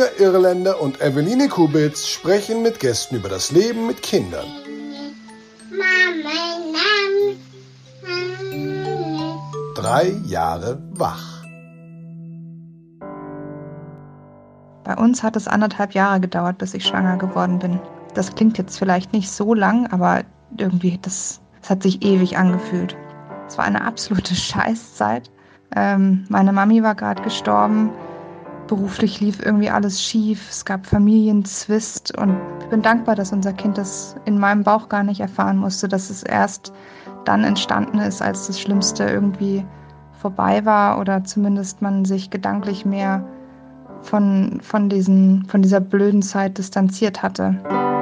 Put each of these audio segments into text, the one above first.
Julia Irländer und Eveline Kubitz sprechen mit Gästen über das Leben mit Kindern. 3 Jahre wach. Bei uns hat es 1,5 Jahre gedauert, bis ich schwanger geworden bin. Das klingt jetzt vielleicht nicht so lang, aber irgendwie, das hat sich ewig angefühlt. Es war eine absolute Scheißzeit. Meine Mami war gerade gestorben. Beruflich lief irgendwie alles schief. Es gab Familienzwist. Und ich bin dankbar, dass unser Kind das in meinem Bauch gar nicht erfahren musste, dass es erst dann entstanden ist, als das Schlimmste irgendwie vorbei war oder zumindest man sich gedanklich mehr von dieser blöden Zeit distanziert hatte.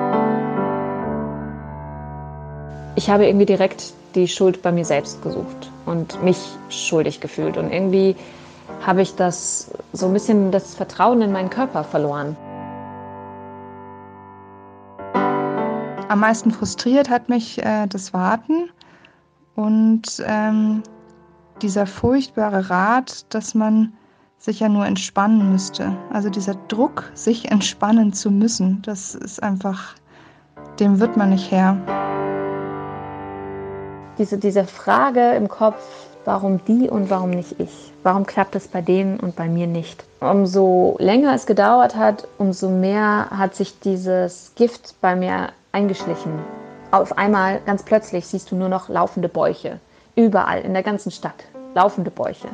Ich habe irgendwie direkt die Schuld bei mir selbst gesucht und mich schuldig gefühlt. Und irgendwie habe ich das so ein bisschen das Vertrauen in meinen Körper verloren. Am meisten frustriert hat mich das Warten und dieser furchtbare Rat, dass man sich ja nur entspannen müsste. Also dieser Druck, sich entspannen zu müssen, das ist einfach, dem wird man nicht Herr. Diese Frage im Kopf, warum die und warum nicht ich? Warum klappt es bei denen und bei mir nicht? Umso länger es gedauert hat, umso mehr hat sich dieses Gift bei mir eingeschlichen. Auf einmal, ganz plötzlich, siehst du nur noch laufende Bäuche. Überall, in der ganzen Stadt. Laufende Bäuche.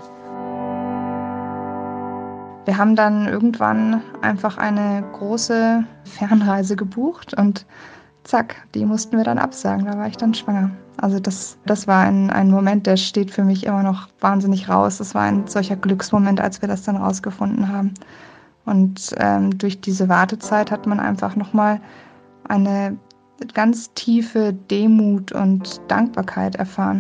Wir haben dann irgendwann einfach eine große Fernreise gebucht und zack, die mussten wir dann absagen. Da war ich dann schwanger. Also das war ein Moment, der steht für mich immer noch wahnsinnig raus. Das war ein solcher Glücksmoment, als wir das dann rausgefunden haben. Und durch diese Wartezeit hat man einfach nochmal eine ganz tiefe Demut und Dankbarkeit erfahren.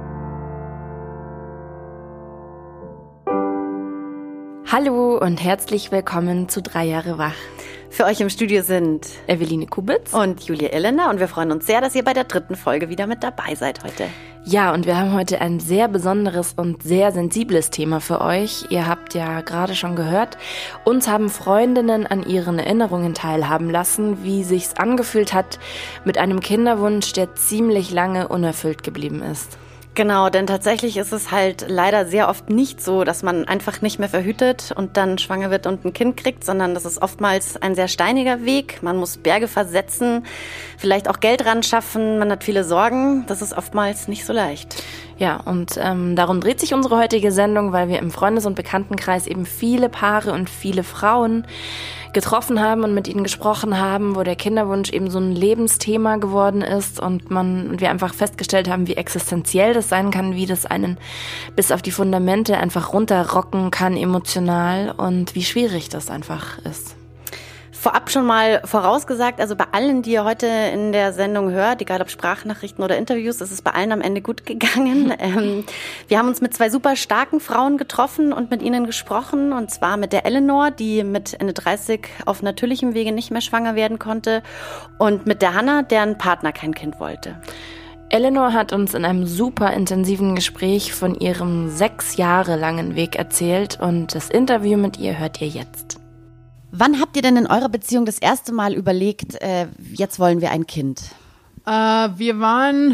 Hallo und herzlich willkommen zu 3 Jahre wach. Für euch im Studio sind Eveline Kubitz und Julia Irländer und wir freuen uns sehr, dass ihr bei der 3. Folge wieder mit dabei seid heute. Ja, und wir haben heute ein sehr besonderes und sehr sensibles Thema für euch. Ihr habt ja gerade schon gehört, uns haben Freundinnen an ihren Erinnerungen teilhaben lassen, wie sich's angefühlt hat mit einem Kinderwunsch, der ziemlich lange unerfüllt geblieben ist. Genau, denn tatsächlich ist es halt leider sehr oft nicht so, dass man einfach nicht mehr verhütet und dann schwanger wird und ein Kind kriegt, sondern das ist oftmals ein sehr steiniger Weg. Man muss Berge versetzen, vielleicht auch Geld ran schaffen, man hat viele Sorgen. Das ist oftmals nicht so leicht. Ja, und darum dreht sich unsere heutige Sendung, weil wir im Freundes- und Bekanntenkreis eben viele Paare und viele Frauen getroffen haben und mit ihnen gesprochen haben, wo der Kinderwunsch eben so ein Lebensthema geworden ist und wir einfach festgestellt haben, wie existenziell das sein kann, wie das einen bis auf die Fundamente einfach runterrocken kann emotional und wie schwierig das einfach ist. Vorab schon mal vorausgesagt, also bei allen, die ihr heute in der Sendung hört, egal ob Sprachnachrichten oder Interviews, ist es bei allen am Ende gut gegangen. Wir haben uns mit 2 super starken Frauen getroffen und mit ihnen gesprochen, und zwar mit der Eleanor, die mit Ende 30 auf natürlichem Wege nicht mehr schwanger werden konnte, und mit der Hannah, deren Partner kein Kind wollte. Eleanor hat uns in einem super intensiven Gespräch von ihrem 6 Jahre langen Weg erzählt und das Interview mit ihr hört ihr jetzt. Wann habt ihr denn in eurer Beziehung das erste Mal überlegt, jetzt wollen wir ein Kind? Wir waren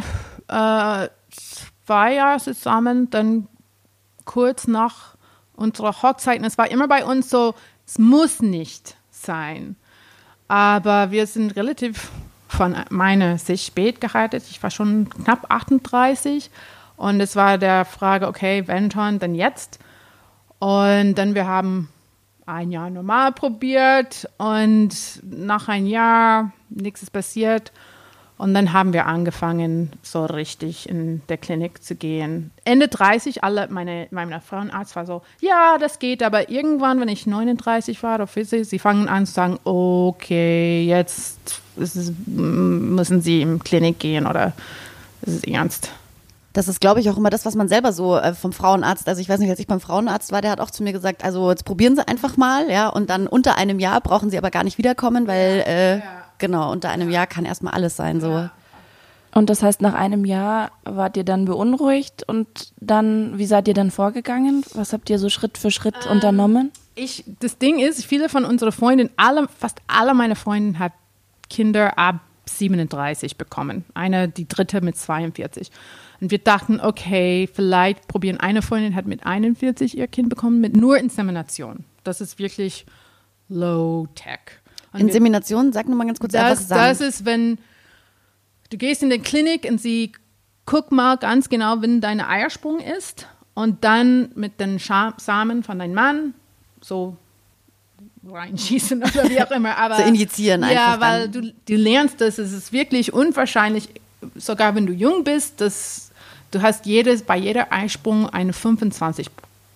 2 Jahre zusammen, dann kurz nach unserer Hochzeit. Und es war immer bei uns so, es muss nicht sein. Aber wir sind relativ von meiner Sicht spät geheiratet. Ich war schon knapp 38 und es war der Frage, okay, wenn schon, dann jetzt. Und dann wir haben 1 Jahr normal probiert und nach 1 Jahr nichts ist passiert. Und dann haben wir angefangen, so richtig in der Klinik zu gehen. Ende 30, meine Frauenarzt war so, ja, das geht, aber irgendwann, wenn ich 39 war oder 40, sie fangen an zu sagen, okay, jetzt müssen Sie in die Klinik gehen oder es ist ernst. Das ist, glaube ich, auch immer das, was man selber so vom Frauenarzt, also ich weiß nicht, als ich beim Frauenarzt war, der hat auch zu mir gesagt, also jetzt probieren Sie einfach mal, ja, und dann unter 1 Jahr brauchen Sie aber gar nicht wiederkommen, weil, genau, unter 1 Jahr kann erstmal alles sein, so. Und das heißt, nach 1 Jahr wart ihr dann beunruhigt und dann, wie seid ihr dann vorgegangen? Was habt ihr so Schritt für Schritt unternommen? Das Ding ist, viele von unseren Freunden, fast alle meine Freunde haben Kinder ab 37 bekommen. Eine, die dritte mit 42. Und wir dachten, okay, vielleicht probieren. Eine Freundin hat mit 41 ihr Kind bekommen, mit nur Insemination. Das ist wirklich Low-Tech. Insemination, sag nur mal ganz kurz das ist, wenn du gehst in die Klinik und sie guckt mal ganz genau, wenn deine Eiersprung ist und dann mit den Samen von deinem Mann so reinschießen oder wie auch immer. Aber, so injizieren einfach. Ja, weil du lernst das, es ist wirklich unwahrscheinlich, sogar wenn du jung bist, dass du hast bei jeder Eisprung eine 25%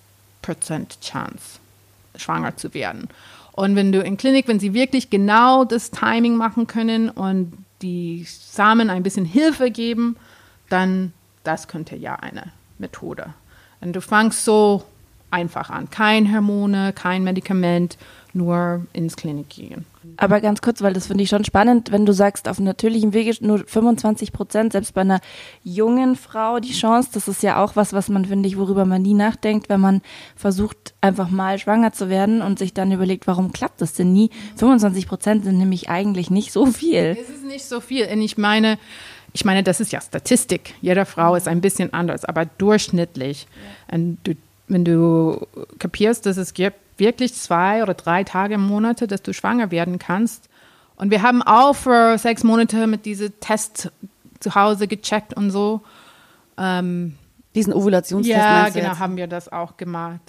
Chance, schwanger zu werden. Und wenn sie wirklich genau das Timing machen können und die Samen ein bisschen Hilfe geben, dann das könnte ja eine Methode. Und du fängst so einfach an. Kein Hormone, kein Medikament, nur ins Klinik gehen. Aber ganz kurz, weil das finde ich schon spannend, wenn du sagst, auf natürlichem Wege nur 25%, selbst bei einer jungen Frau die Chance, das ist ja auch was man, finde ich, worüber man nie nachdenkt, wenn man versucht, einfach mal schwanger zu werden und sich dann überlegt, warum klappt das denn nie? 25% sind nämlich eigentlich nicht so viel. Es ist nicht so viel. Und ich meine, das ist ja Statistik. Jede Frau ist ein bisschen anders, aber durchschnittlich. Ja. Und wenn du kapierst, dass es gibt wirklich 2 oder 3 Tage im Monat, dass du schwanger werden kannst. Und wir haben auch für 6 Monate mit diesem Test zu Hause gecheckt und so. Diesen Ovulationstest ja, genau, haben wir das auch gemacht.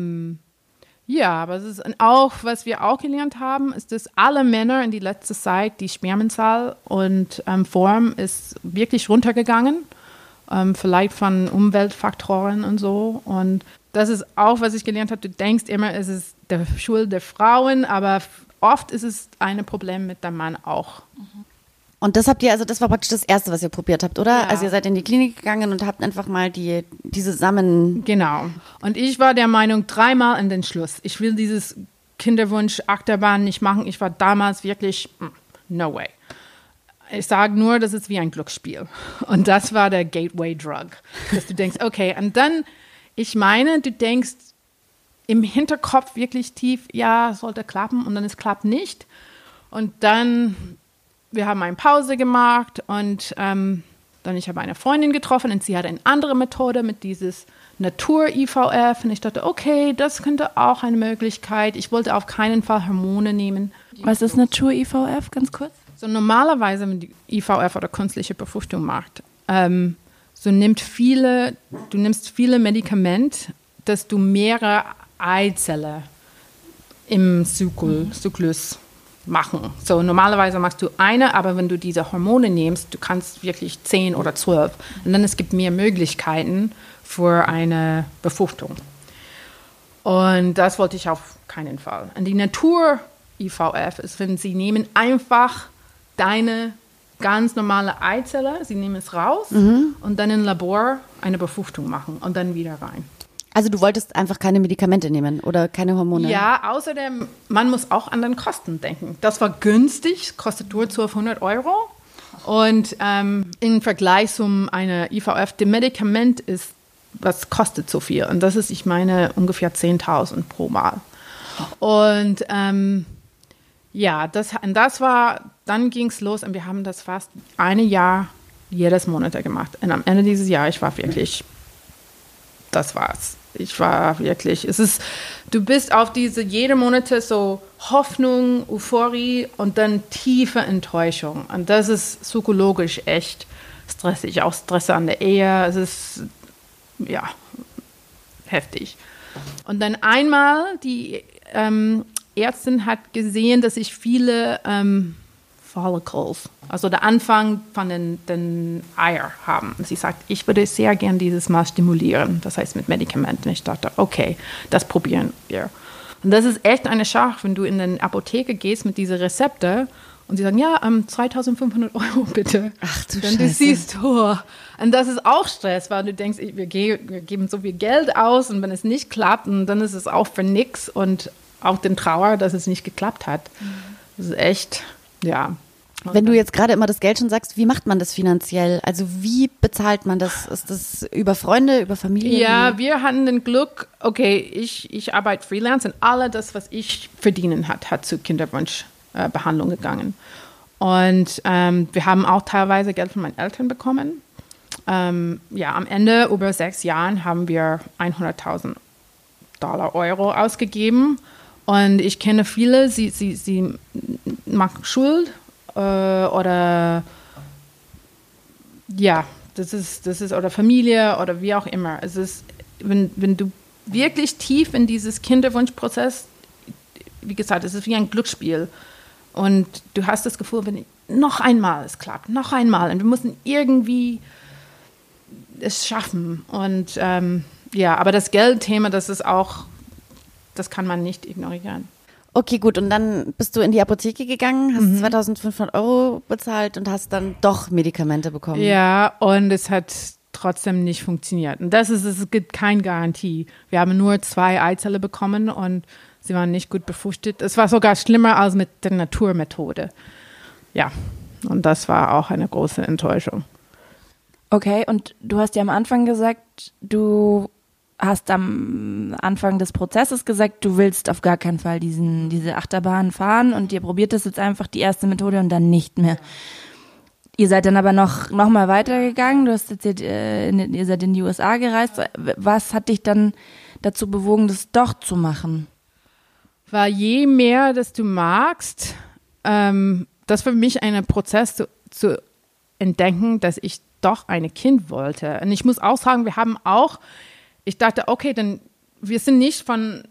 Ja, aber es ist auch, was wir auch gelernt haben, ist, dass alle Männer in die letzte Zeit, die Spermienzahl und Form ist wirklich runtergegangen. Vielleicht von Umweltfaktoren und so. Und das ist auch, was ich gelernt habe. Du denkst immer, es ist der Schuld der Frauen, aber oft ist es ein Problem mit dem Mann auch. Und das das war praktisch das Erste, was ihr probiert habt, oder? Ja. Also ihr seid in die Klinik gegangen und habt einfach mal diese Samen... Genau. Und ich war der Meinung, 3-mal in den Schluss. Ich will dieses Kinderwunsch-Achterbahn nicht machen. Ich war damals wirklich, no way. Ich sage nur, das ist wie ein Glücksspiel. Und das war der Gateway-Drug. Dass du denkst, okay, und dann... Ich meine, du denkst im Hinterkopf wirklich tief, ja, es sollte klappen und dann es klappt nicht. Und dann, wir haben eine Pause gemacht und dann ich habe eine Freundin getroffen und sie hat eine andere Methode mit dieses Natur-IVF und ich dachte, okay, das könnte auch eine Möglichkeit. Ich wollte auf keinen Fall Hormone nehmen. Was ist Natur-IVF, ganz kurz? So normalerweise, wenn die IVF oder künstliche Befruchtung macht, du nimmst viele Medikamente, dass du mehrere Eizellen im Zyklus machen. So normalerweise machst du eine, aber wenn du diese Hormone nimmst, du kannst wirklich 10 oder 12. Und dann es gibt mehr Möglichkeiten für eine Befruchtung. Und das wollte ich auf keinen Fall. Und die Natur-IVF ist, wenn sie nehmen einfach deine ganz normale Eizelle, sie nehmen es raus und dann im Labor eine Befruchtung machen und dann wieder rein. Also du wolltest einfach keine Medikamente nehmen oder keine Hormone? Ja, außerdem, man muss auch an den Kosten denken. Das war günstig, kostet nur 1200 €. Und im Vergleich zu einer IVF, das Medikament ist, was kostet so viel. Und das ist, ich meine, ungefähr 10.000 pro Mal. Und ja, dann ging es los und wir haben das fast ein Jahr jedes Monat gemacht. Und am Ende dieses Jahres, ich war wirklich, das war's. Ich war wirklich, du bist auf jede Monate so Hoffnung, Euphorie und dann tiefe Enttäuschung. Und das ist psychologisch echt stressig, auch Stress an der Ehe. Es ist, ja, heftig. Und dann einmal, die Ärztin hat gesehen, dass ich viele Follicles, also der Anfang von den Eier haben. Sie sagt, ich würde sehr gern dieses Mal stimulieren, das heißt mit Medikamenten. Ich dachte, okay, das probieren wir. Und das ist echt eine Schach, wenn du in eine Apotheke gehst mit diesen Rezepte und sie sagen, ja, 2.500 € bitte. Ach du dann Scheiße. Du siehst, oh. Und das ist auch Stress, weil du denkst, wir geben so viel Geld aus und wenn es nicht klappt, und dann ist es auch für nix und auch den Trauer, dass es nicht geklappt hat. Das ist echt, ja. Wenn du jetzt gerade immer das Geld schon sagst, wie macht man das finanziell? Also wie bezahlt man das? Ist das über Freunde, über Familie? Ja, wir hatten den Glück, okay, ich arbeite Freelance und alles das, was ich verdienen hat zur Kinderwunschbehandlung gegangen. Und wir haben auch teilweise Geld von meinen Eltern bekommen. Am Ende, über 6 Jahren, haben wir 100.000 Euro ausgegeben. Und ich kenne viele, sie machen Schuld. Oder ja, das ist oder Familie oder wie auch immer. Es ist, wenn du wirklich tief in dieses Kinderwunschprozess, wie gesagt, es ist wie ein Glücksspiel und du hast das Gefühl, wenn noch einmal es klappt, noch einmal und wir müssen irgendwie es schaffen und aber das Geldthema, das kann man nicht ignorieren. Okay, gut. Und dann bist du in die Apotheke gegangen, hast 2.500 Euro bezahlt und hast dann doch Medikamente bekommen. Ja, und es hat trotzdem nicht funktioniert. Und es gibt keine Garantie. Wir haben nur 2 Eizelle bekommen und sie waren nicht gut befruchtet. Es war sogar schlimmer als mit der Naturmethode. Ja, und das war auch eine große Enttäuschung. Okay, und du hast ja am Anfang gesagt, du hast am Anfang des Prozesses gesagt, du willst auf gar keinen Fall diese Achterbahn fahren und ihr probiert das jetzt einfach die erste Methode und dann nicht mehr. Ihr seid dann aber noch mal weitergegangen, du hast erzählt, ihr seid in die USA gereist. Was hat dich dann dazu bewogen, das doch zu machen? Weil je mehr, das du magst, das für mich ein Prozess zu entdecken, dass ich doch ein Kind wollte. Und ich muss auch sagen, ich dachte, okay, dann wir sind nicht von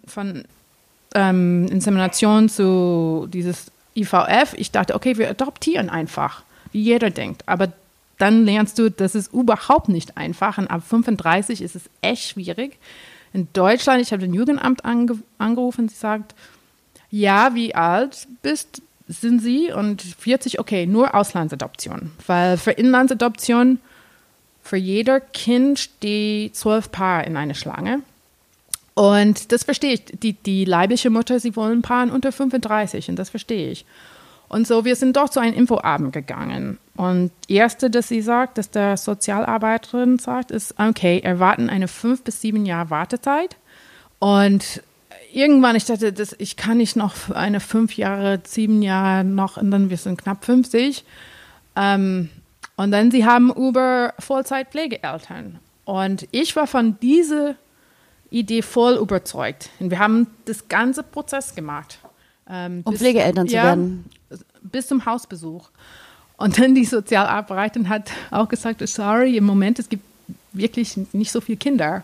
Insemination zu dieses IVF. Ich dachte, okay, wir adoptieren einfach, wie jeder denkt. Aber dann lernst du, das ist überhaupt nicht einfach. Und ab 35 ist es echt schwierig. In Deutschland, ich habe den Jugendamt angerufen, sie sagt, ja, wie alt sind Sie? Und 40, okay, nur Auslandsadoption. Weil für Inlandsadoption für jeder Kind steht 12 Paar in eine Schlange. Und das verstehe ich. Die leibliche Mutter, sie wollen Paaren unter 35 und das verstehe ich. Und so, wir sind doch zu einem Infoabend gegangen. Und das Erste, das sie sagt, dass der Sozialarbeiterin sagt, ist, okay, erwarten eine 5 bis 7 Jahre Wartezeit. Und irgendwann, ich dachte, ich kann nicht noch eine 5 Jahre, 7 Jahre noch, und dann wir sind knapp 50. Und dann, sie haben über Vollzeitpflegeeltern. Und ich war von dieser Idee voll überzeugt. Und wir haben das ganze Prozess gemacht. Um Pflegeeltern zu werden? Bis zum Hausbesuch. Und dann die Sozialarbeiterin hat auch gesagt, sorry, im Moment, es gibt wirklich nicht so viele Kinder.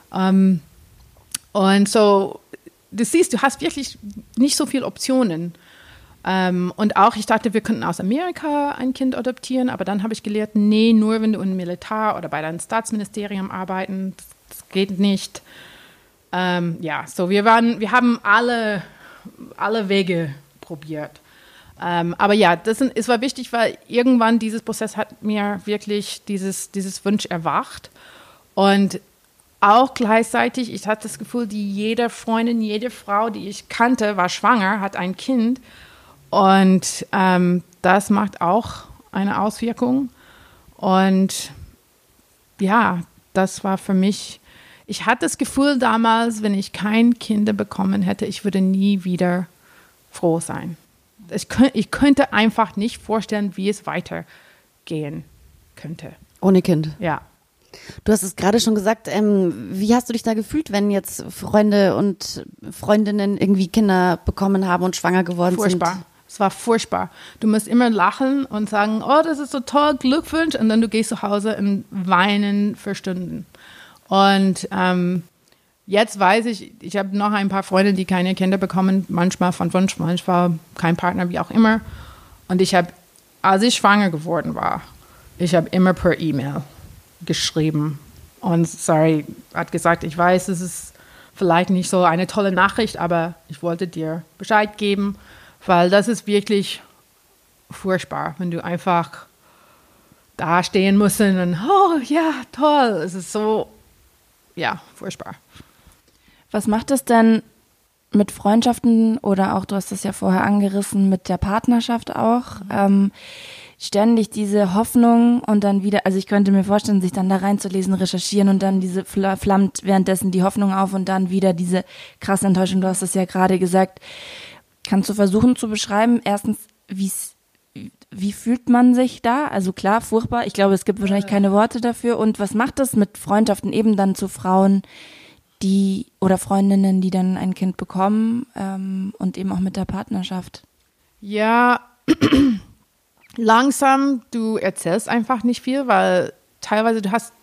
Und so, du siehst, du hast wirklich nicht so viele Optionen. Und auch, ich dachte, wir könnten aus Amerika ein Kind adoptieren, aber dann habe ich gelernt, nee, nur wenn du im Militär oder bei deinem Staatsministerium arbeiten, das geht nicht. So wir haben alle Wege probiert. Aber ja, es war wichtig, weil irgendwann dieses Prozess hat mir wirklich dieses Wunsch erwacht. Und auch gleichzeitig, ich hatte das Gefühl, jede Freundin, jede Frau, die ich kannte, war schwanger, hat ein Kind. Und das macht auch eine Auswirkung. Und ja, das war für mich, ich hatte das Gefühl damals, wenn ich kein Kind bekommen hätte, ich würde nie wieder froh sein. Ich könnte einfach nicht vorstellen, wie es weitergehen könnte. Ohne Kind? Ja. Du hast es gerade schon gesagt, wie hast du dich da gefühlt, wenn jetzt Freunde und Freundinnen irgendwie Kinder bekommen haben und schwanger geworden sind? Furchtbar. Es war furchtbar. Du musst immer lachen und sagen, oh, das ist so toll, Glückwunsch. Und dann du gehst zu Hause und weinen für Stunden. Und jetzt weiß ich habe noch ein paar Freunde, die keine Kinder bekommen, manchmal von Wunsch, manchmal kein Partner, wie auch immer. Und als ich schwanger geworden war, ich habe immer per E-Mail geschrieben. Und hat gesagt, ich weiß, es ist vielleicht nicht so eine tolle Nachricht, aber ich wollte dir Bescheid geben, weil das ist wirklich furchtbar, wenn du einfach da stehen musst und, oh ja, toll. Es ist so, ja, furchtbar. Was macht es denn mit Freundschaften oder auch, du hast das ja vorher angerissen, mit der Partnerschaft auch, ständig diese Hoffnung und dann wieder, also ich könnte mir vorstellen, sich dann da reinzulesen, recherchieren und dann diese flammt währenddessen die Hoffnung auf und dann wieder diese krasse Enttäuschung. Du hast es ja gerade gesagt. Kannst du versuchen zu beschreiben, erstens, wie fühlt man sich da? Also klar, furchtbar. Ich glaube, es gibt wahrscheinlich keine Worte dafür. Und was macht das mit Freundschaften eben dann zu Frauen, die oder Freundinnen, die dann ein Kind bekommen und eben auch mit der Partnerschaft? Ja, langsam, du erzählst einfach nicht viel, weil teilweise du hast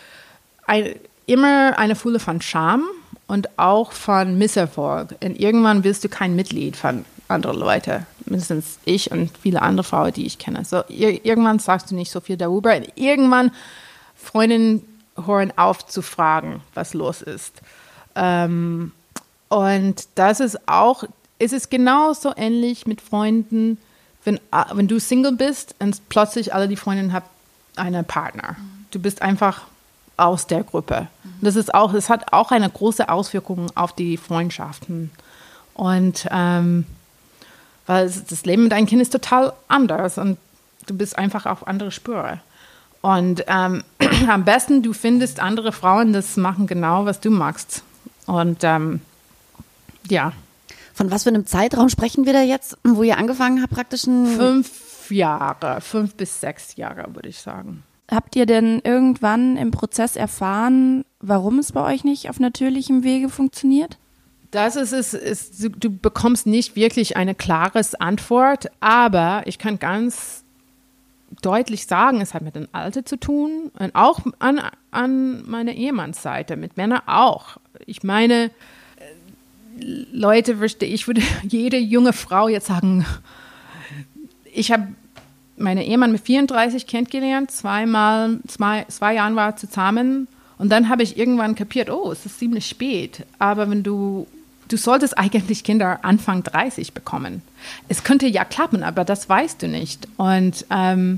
immer eine Fülle von Scham und auch von Misserfolg. Und irgendwann willst du kein Mitglied von anderen Leuten, mindestens ich und viele andere Frauen, die ich kenne. So irgendwann sagst du nicht so viel darüber. Und irgendwann Freundinnen hören auf zu fragen, was los ist. Und das ist auch, es ist genauso ähnlich mit Freunden, wenn du Single bist und plötzlich alle die Freundinnen haben einen Partner. Du bist einfach aus der Gruppe. Das hat auch eine große Auswirkung auf die Freundschaften. Und weil das Leben mit einem Kind ist total anders und du bist einfach auf andere Spur. Und am besten, du findest andere Frauen, das machen genau, was du magst. Und ja. Von was für einem Zeitraum sprechen wir da jetzt, wo ihr angefangen habt, praktisch? 5 Jahre, 5 bis 6 Jahre, würde ich sagen. Habt ihr denn irgendwann im Prozess erfahren, warum es bei euch nicht auf natürlichem Wege funktioniert? Das ist es. Du bekommst nicht wirklich eine klare Antwort, aber ich kann ganz deutlich sagen, es hat mit dem Alter zu tun und auch an meiner Ehemannsseite, mit Männern auch. Ich meine, Leute, ich würde jede junge Frau jetzt sagen, ich habe meinen Ehemann mit 34 kennengelernt, 2 Jahren war zusammen und dann habe ich irgendwann kapiert, oh, es ist ziemlich spät, aber wenn du solltest eigentlich Kinder Anfang 30 bekommen. Es könnte ja klappen, aber das weißt du nicht. Und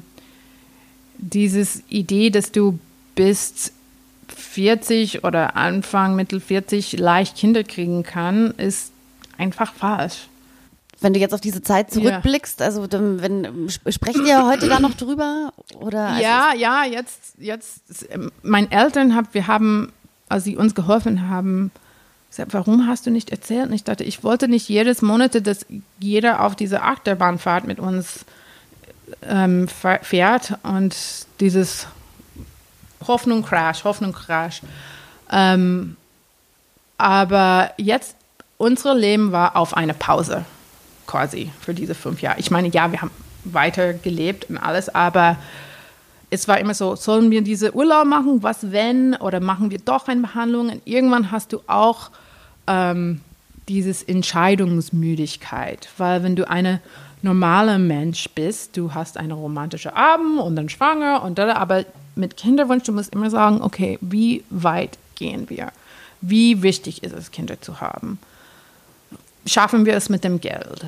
diese Idee, dass du bis 40 oder Anfang, Mitte 40 leicht Kinder kriegen kann, ist einfach falsch. Wenn du jetzt auf diese Zeit zurückblickst, also sprecht ihr heute da noch drüber? Oder ja, jetzt meine Eltern als sie uns geholfen haben, gesagt, warum hast du nicht erzählt? Und ich dachte, ich wollte nicht jedes Monat, dass jeder auf diese Achterbahnfahrt mit uns fährt und dieses Hoffnung, Crash. Aber jetzt, unser Leben war auf eine Pause quasi für diese 5 Jahre. Ich meine, ja, wir haben weiter gelebt und alles, aber es war immer so, sollen wir diese Urlaub machen, was wenn, oder machen wir doch eine Behandlung? Und irgendwann hast du auch dieses Entscheidungsmüdigkeit, weil wenn du eine normale Mensch bist, du hast eine romantische Abend und dann schwanger und da, aber mit Kinderwunsch, du musst immer sagen, okay, wie weit gehen wir? Wie wichtig ist es, Kinder zu haben? Schaffen wir es mit dem Geld?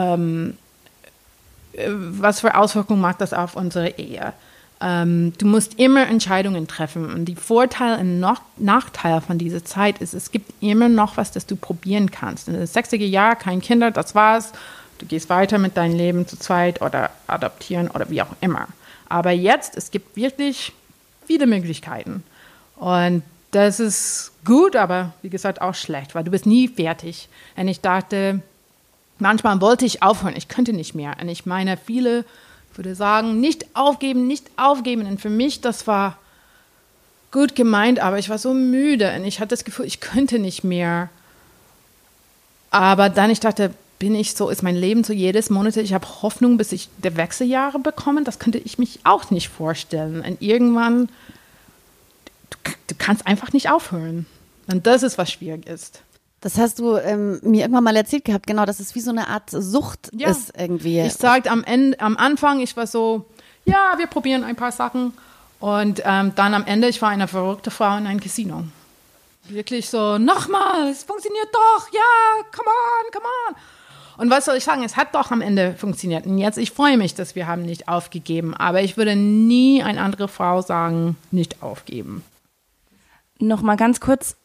Was für Auswirkungen macht das auf unsere Ehe? Du musst immer Entscheidungen treffen. Und die Vorteil und Nachteil von dieser Zeit ist, es gibt immer noch was, das du probieren kannst. In das 60er Jahr, kein Kinder, das war's. Du gehst weiter mit deinem Leben zu zweit oder adoptieren oder wie auch immer. Aber jetzt, es gibt wirklich viele Möglichkeiten. Und das ist gut, aber wie gesagt auch schlecht, weil du bist nie fertig. Und ich dachte, manchmal wollte ich aufhören, ich könnte nicht mehr. Und ich meine, viele würde sagen, nicht aufgeben. Und für mich, das war gut gemeint, aber ich war so müde und ich hatte das Gefühl, ich könnte nicht mehr. Aber dann, ich dachte, ist mein Leben so jedes Monat, ich habe Hoffnung, bis ich die Wechseljahre bekomme, das könnte ich mich auch nicht vorstellen. Und irgendwann, du kannst einfach nicht aufhören. Und das ist, was schwierig ist. Das hast du mir irgendwann mal erzählt gehabt, genau, dass es wie so eine Art Sucht ist irgendwie. Ich sagte am Anfang, ich war so, ja, wir probieren ein paar Sachen. Und dann am Ende, ich war eine verrückte Frau in einem Casino. Wirklich so, nochmal, es funktioniert doch, ja, come on. Und was soll ich sagen, es hat doch am Ende funktioniert. Und jetzt, ich freue mich, dass wir haben nicht aufgegeben. Aber ich würde nie eine andere Frau sagen, nicht aufgeben. Noch mal ganz kurz,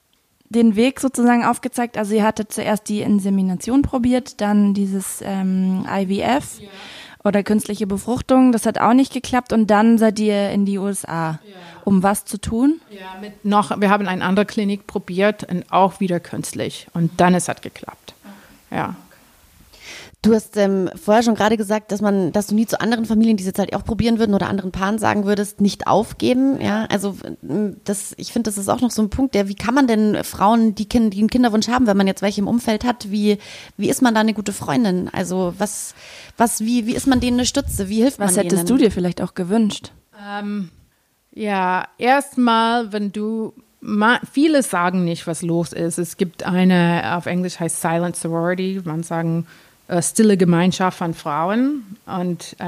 den Weg sozusagen aufgezeigt? Also ihr hattet zuerst die Insemination probiert, dann dieses IVF oder künstliche Befruchtung, das hat auch nicht geklappt und dann seid ihr in die USA. Um was zu tun? Ja, wir haben eine andere Klinik probiert und auch wieder künstlich und dann es hat geklappt. Ja. Du hast vorher schon gerade gesagt, dass du nie zu anderen Familien, die es jetzt halt auch probieren würden oder anderen Paaren sagen würdest, nicht aufgeben. Ja, also ich finde, das ist auch noch so ein Punkt, wie kann man denn Frauen, die einen Kinderwunsch haben, wenn man jetzt welche im Umfeld hat, wie ist man da eine gute Freundin? Also wie ist man denen eine Stütze? Wie hilft man denen? Was hättest du dir vielleicht auch gewünscht? Ja, erstmal, wenn du viele sagen nicht, was los ist. Es gibt eine, auf Englisch heißt Silent Sorority, man sagen stille Gemeinschaft von Frauen und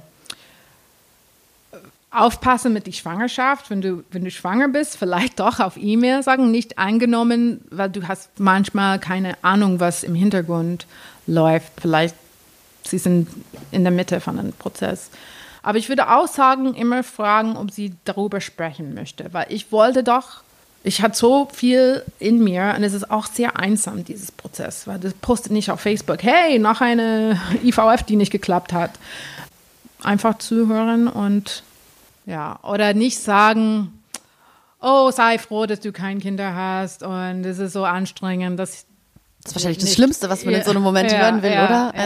aufpassen mit der Schwangerschaft, wenn du schwanger bist, vielleicht doch auf E-Mail sagen, nicht angenommen, weil du hast manchmal keine Ahnung, was im Hintergrund läuft. Vielleicht sie sind in der Mitte von einem Prozess. Aber ich würde auch sagen, immer fragen, ob sie darüber sprechen möchte, weil ich hatte so viel in mir und es ist auch sehr einsam, dieses Prozess, weil das postet nicht auf Facebook, hey, noch eine IVF, die nicht geklappt hat. Einfach zuhören und ja, oder nicht sagen, oh, sei froh, dass du keine Kinder hast und es ist so anstrengend. Das ist wahrscheinlich das Schlimmste, was man in so einem Moment hören will, oder?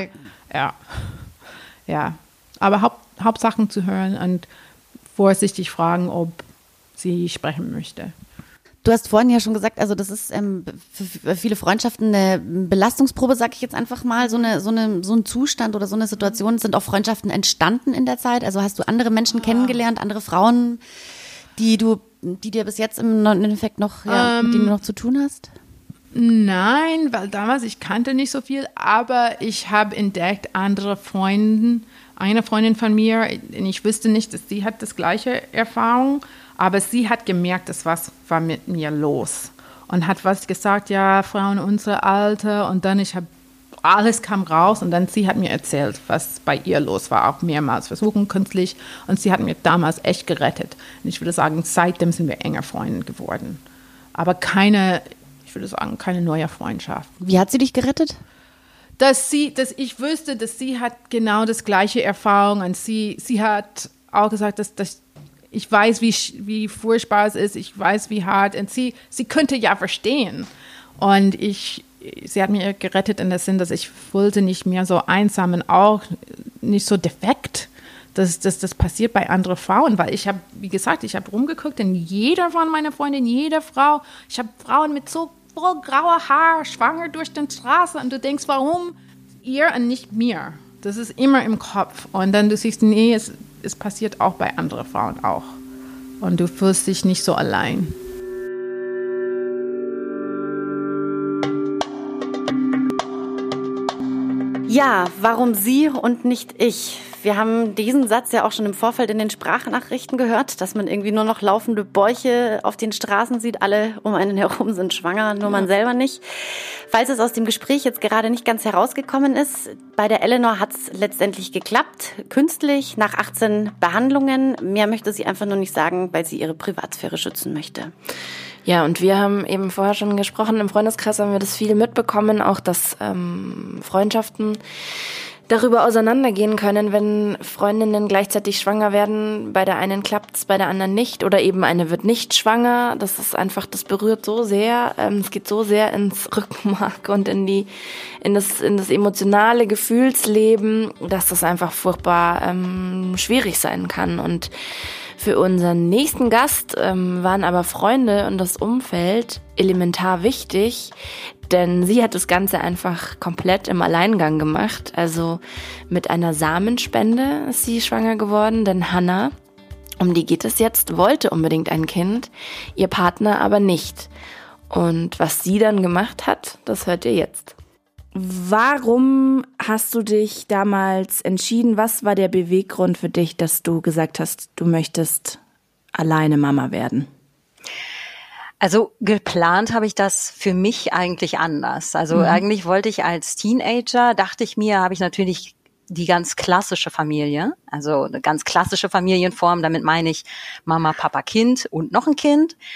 Ja. Aber Hauptsachen zu hören und vorsichtig fragen, ob sie sprechen möchte. Du hast vorhin ja schon gesagt, also das ist für viele Freundschaften eine Belastungsprobe, sag ich jetzt einfach mal, so ein Zustand oder so eine Situation. Sind auch Freundschaften entstanden in der Zeit? Also hast du andere Menschen kennengelernt, andere Frauen, die dir bis jetzt im Endeffekt noch, mit denen du noch zu tun hast? Nein, weil damals ich kannte nicht so viel, aber ich habe entdeckt, eine Freundin von mir, und ich wusste nicht, dass sie hat das gleiche Erfahrung, aber sie hat gemerkt, dass was war mit mir los und hat was gesagt, ja, Frauen unserer Alter und dann alles kam raus und dann sie hat mir erzählt, was bei ihr los war, auch mehrmals versuchen künstlich und sie hat mir damals echt gerettet. Und ich würde sagen, seitdem sind wir enger Freunde geworden, aber keine neue Freundschaft. Wie hat sie dich gerettet? Dass ich wüsste, dass sie hat genau das gleiche Erfahrung und sie hat auch gesagt, dass ich weiß, wie furchtbar es ist, ich weiß, wie hart und sie könnte ja verstehen und sie hat mir gerettet in der Sinn, dass ich wollte nicht mehr so einsam und auch nicht so defekt. Das passiert bei anderen Frauen, weil ich habe rumgeguckt und jeder von meinen Freundinnen, jede Frau, ich habe Frauen mit so voll grauer Haar, schwanger durch die Straße und du denkst, warum ihr und nicht mir? Das ist immer im Kopf und dann du siehst, nee, es passiert auch bei anderen Frauen auch und du fühlst dich nicht so allein. Ja, warum sie und nicht ich? Wir haben diesen Satz ja auch schon im Vorfeld in den Sprachnachrichten gehört, dass man irgendwie nur noch laufende Bäuche auf den Straßen sieht. Alle um einen herum sind schwanger, nur man selber nicht. Falls es aus dem Gespräch jetzt gerade nicht ganz herausgekommen ist, bei der Eleanor hat es letztendlich geklappt, künstlich, nach 18 Behandlungen. Mehr möchte sie einfach nur nicht sagen, weil sie ihre Privatsphäre schützen möchte. Ja, und wir haben eben vorher schon gesprochen, im Freundeskreis haben wir das viel mitbekommen, auch dass Freundschaften darüber auseinandergehen können, wenn Freundinnen gleichzeitig schwanger werden. Bei der einen klappt's, bei der anderen nicht. Oder eben eine wird nicht schwanger. Das ist einfach, das berührt so sehr. Es geht so sehr ins Rückenmark und in das emotionale Gefühlsleben, dass das einfach furchtbar schwierig sein kann. Und für unseren nächsten Gast waren aber Freunde und das Umfeld elementar wichtig, denn sie hat das Ganze einfach komplett im Alleingang gemacht. Also mit einer Samenspende ist sie schwanger geworden, denn Hannah, um die geht es jetzt, wollte unbedingt ein Kind, ihr Partner aber nicht. Und was sie dann gemacht hat, das hört ihr jetzt. Warum hast du dich damals entschieden? Was war der Beweggrund für dich, dass du gesagt hast, du möchtest alleine Mama werden? Also geplant habe ich das für mich eigentlich anders. Also eigentlich wollte ich als Teenager, dachte ich mir, habe ich natürlich die ganz klassische Familie, also eine ganz klassische Familienform. Damit meine ich Mama, Papa, Kind und noch ein Kind.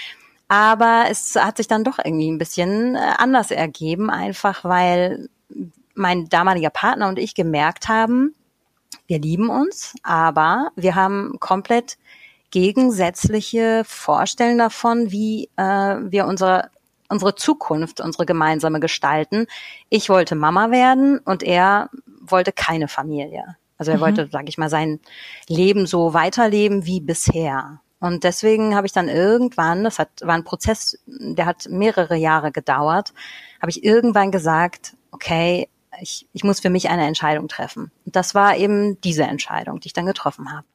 Aber es hat sich dann doch irgendwie ein bisschen anders ergeben, einfach weil mein damaliger Partner und ich gemerkt haben, wir lieben uns, aber wir haben komplett gegensätzliche Vorstellungen davon, wie wir unsere Zukunft, unsere gemeinsame gestalten. Ich wollte Mama werden und er wollte keine Familie. Also er wollte, sage ich mal, sein Leben so weiterleben wie bisher. Und deswegen habe ich dann irgendwann, war ein Prozess, der hat mehrere Jahre gedauert, habe ich irgendwann gesagt, okay, ich muss für mich eine Entscheidung treffen. Und das war eben diese Entscheidung, die ich dann getroffen habe.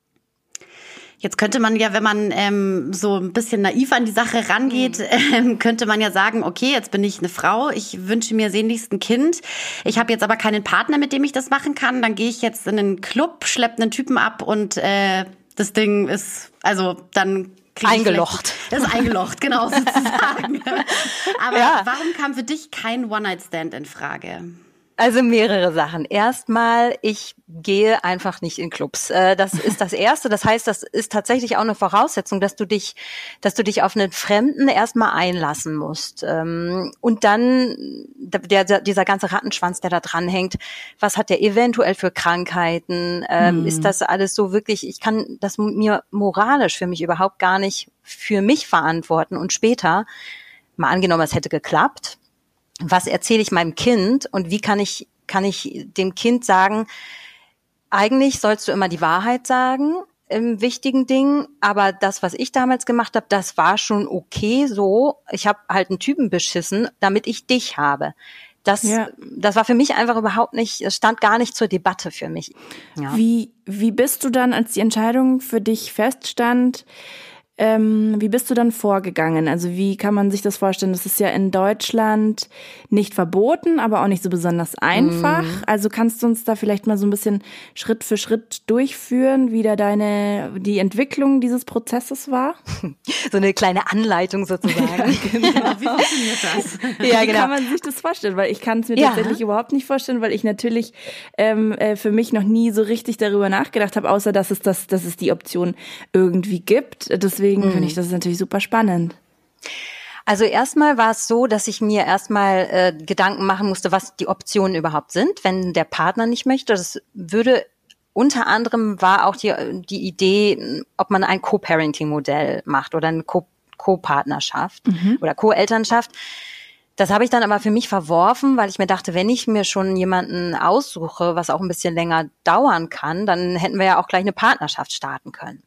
Jetzt könnte man ja, wenn man so ein bisschen naiv an die Sache rangeht, könnte man ja sagen, okay, jetzt bin ich eine Frau, ich wünsche mir sehnlichst ein Kind, ich habe jetzt aber keinen Partner, mit dem ich das machen kann, dann gehe ich jetzt in einen Club, schleppe einen Typen ab und das Ding ist, also dann eingelocht. Das ist eingelocht, genau, sozusagen. Aber warum kam für dich kein One-Night-Stand in Frage? Also mehrere Sachen. Erstmal, ich gehe einfach nicht in Clubs. Das ist das Erste. Das heißt, das ist tatsächlich auch eine Voraussetzung, dass du dich auf einen Fremden erstmal einlassen musst. Und dann dieser ganze Rattenschwanz, der da dran hängt. Was hat der eventuell für Krankheiten? Ist das alles so wirklich? Ich kann das mir moralisch für mich überhaupt gar nicht für mich verantworten. Und später, mal angenommen, es hätte geklappt, was erzähle ich meinem Kind und wie kann ich dem Kind sagen, eigentlich sollst du immer die Wahrheit sagen im wichtigen Ding, aber das, was ich damals gemacht habe, das war schon okay so. Ich habe halt einen Typen beschissen, damit ich dich habe. Das war für mich einfach überhaupt nicht, es stand gar nicht zur Debatte für mich. Ja. Wie bist du dann, als die Entscheidung für dich feststand, wie bist du dann vorgegangen? Also wie kann man sich das vorstellen? Das ist ja in Deutschland nicht verboten, aber auch nicht so besonders einfach. Also kannst du uns da vielleicht mal so ein bisschen Schritt für Schritt durchführen, wie da die Entwicklung dieses Prozesses war? So eine kleine Anleitung sozusagen. Genau. Wie funktioniert das? Ja, wie genau. kann man sich das vorstellen? Weil ich kann es mir tatsächlich überhaupt nicht vorstellen, weil ich natürlich für mich noch nie so richtig darüber nachgedacht habe, außer dass es die Option irgendwie gibt. Deswegen finde ich das natürlich super spannend. Also erstmal war es so, dass ich mir erstmal Gedanken machen musste, was die Optionen überhaupt sind, wenn der Partner nicht möchte. Das würde unter anderem war auch die Idee, ob man ein Co-Parenting-Modell macht oder eine Co-Partnerschaft oder Co-Elternschaft. Das habe ich dann aber für mich verworfen, weil ich mir dachte, wenn ich mir schon jemanden aussuche, was auch ein bisschen länger dauern kann, dann hätten wir ja auch gleich eine Partnerschaft starten können.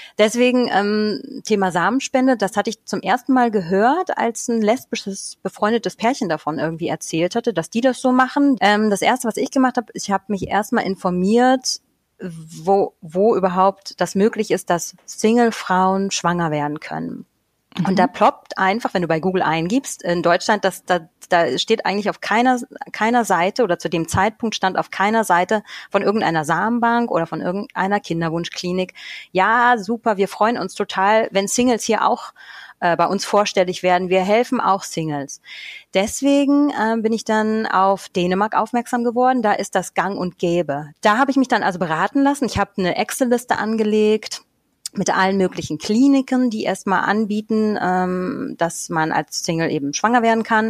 Deswegen Thema Samenspende, das hatte ich zum ersten Mal gehört, als ein lesbisches, befreundetes Pärchen davon irgendwie erzählt hatte, dass die das so machen. Das Erste, was ich gemacht habe, ich habe mich erstmal informiert, wo überhaupt das möglich ist, dass Single-Frauen schwanger werden können. Und da ploppt einfach, wenn du bei Google eingibst, in Deutschland, da steht eigentlich auf keiner Seite oder zu dem Zeitpunkt stand auf keiner Seite von irgendeiner Samenbank oder von irgendeiner Kinderwunschklinik. Ja, super, wir freuen uns total, wenn Singles hier auch bei uns vorstellig werden. Wir helfen auch Singles. Deswegen bin ich dann auf Dänemark aufmerksam geworden. Da ist das gang und gäbe. Da habe ich mich dann also beraten lassen. Ich habe eine Excel-Liste angelegt mit allen möglichen Kliniken, die erstmal anbieten, dass man als Single eben schwanger werden kann.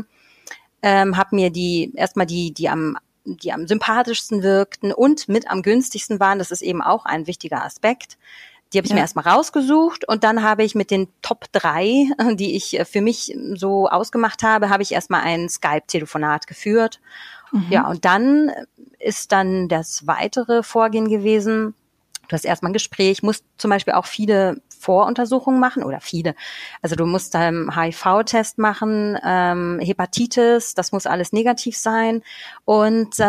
Hab mir die am sympathischsten wirkten und mit am günstigsten waren, das ist eben auch ein wichtiger Aspekt. Die habe ich mir erstmal rausgesucht und dann habe ich mit den Top 3, die ich für mich so ausgemacht habe, habe ich erstmal ein Skype-Telefonat geführt. Ja, und dann ist dann das weitere Vorgehen gewesen. Du hast erstmal ein Gespräch, musst zum Beispiel auch viele Voruntersuchungen machen oder viele. Also du musst einen HIV-Test machen, Hepatitis, das muss alles negativ sein. Und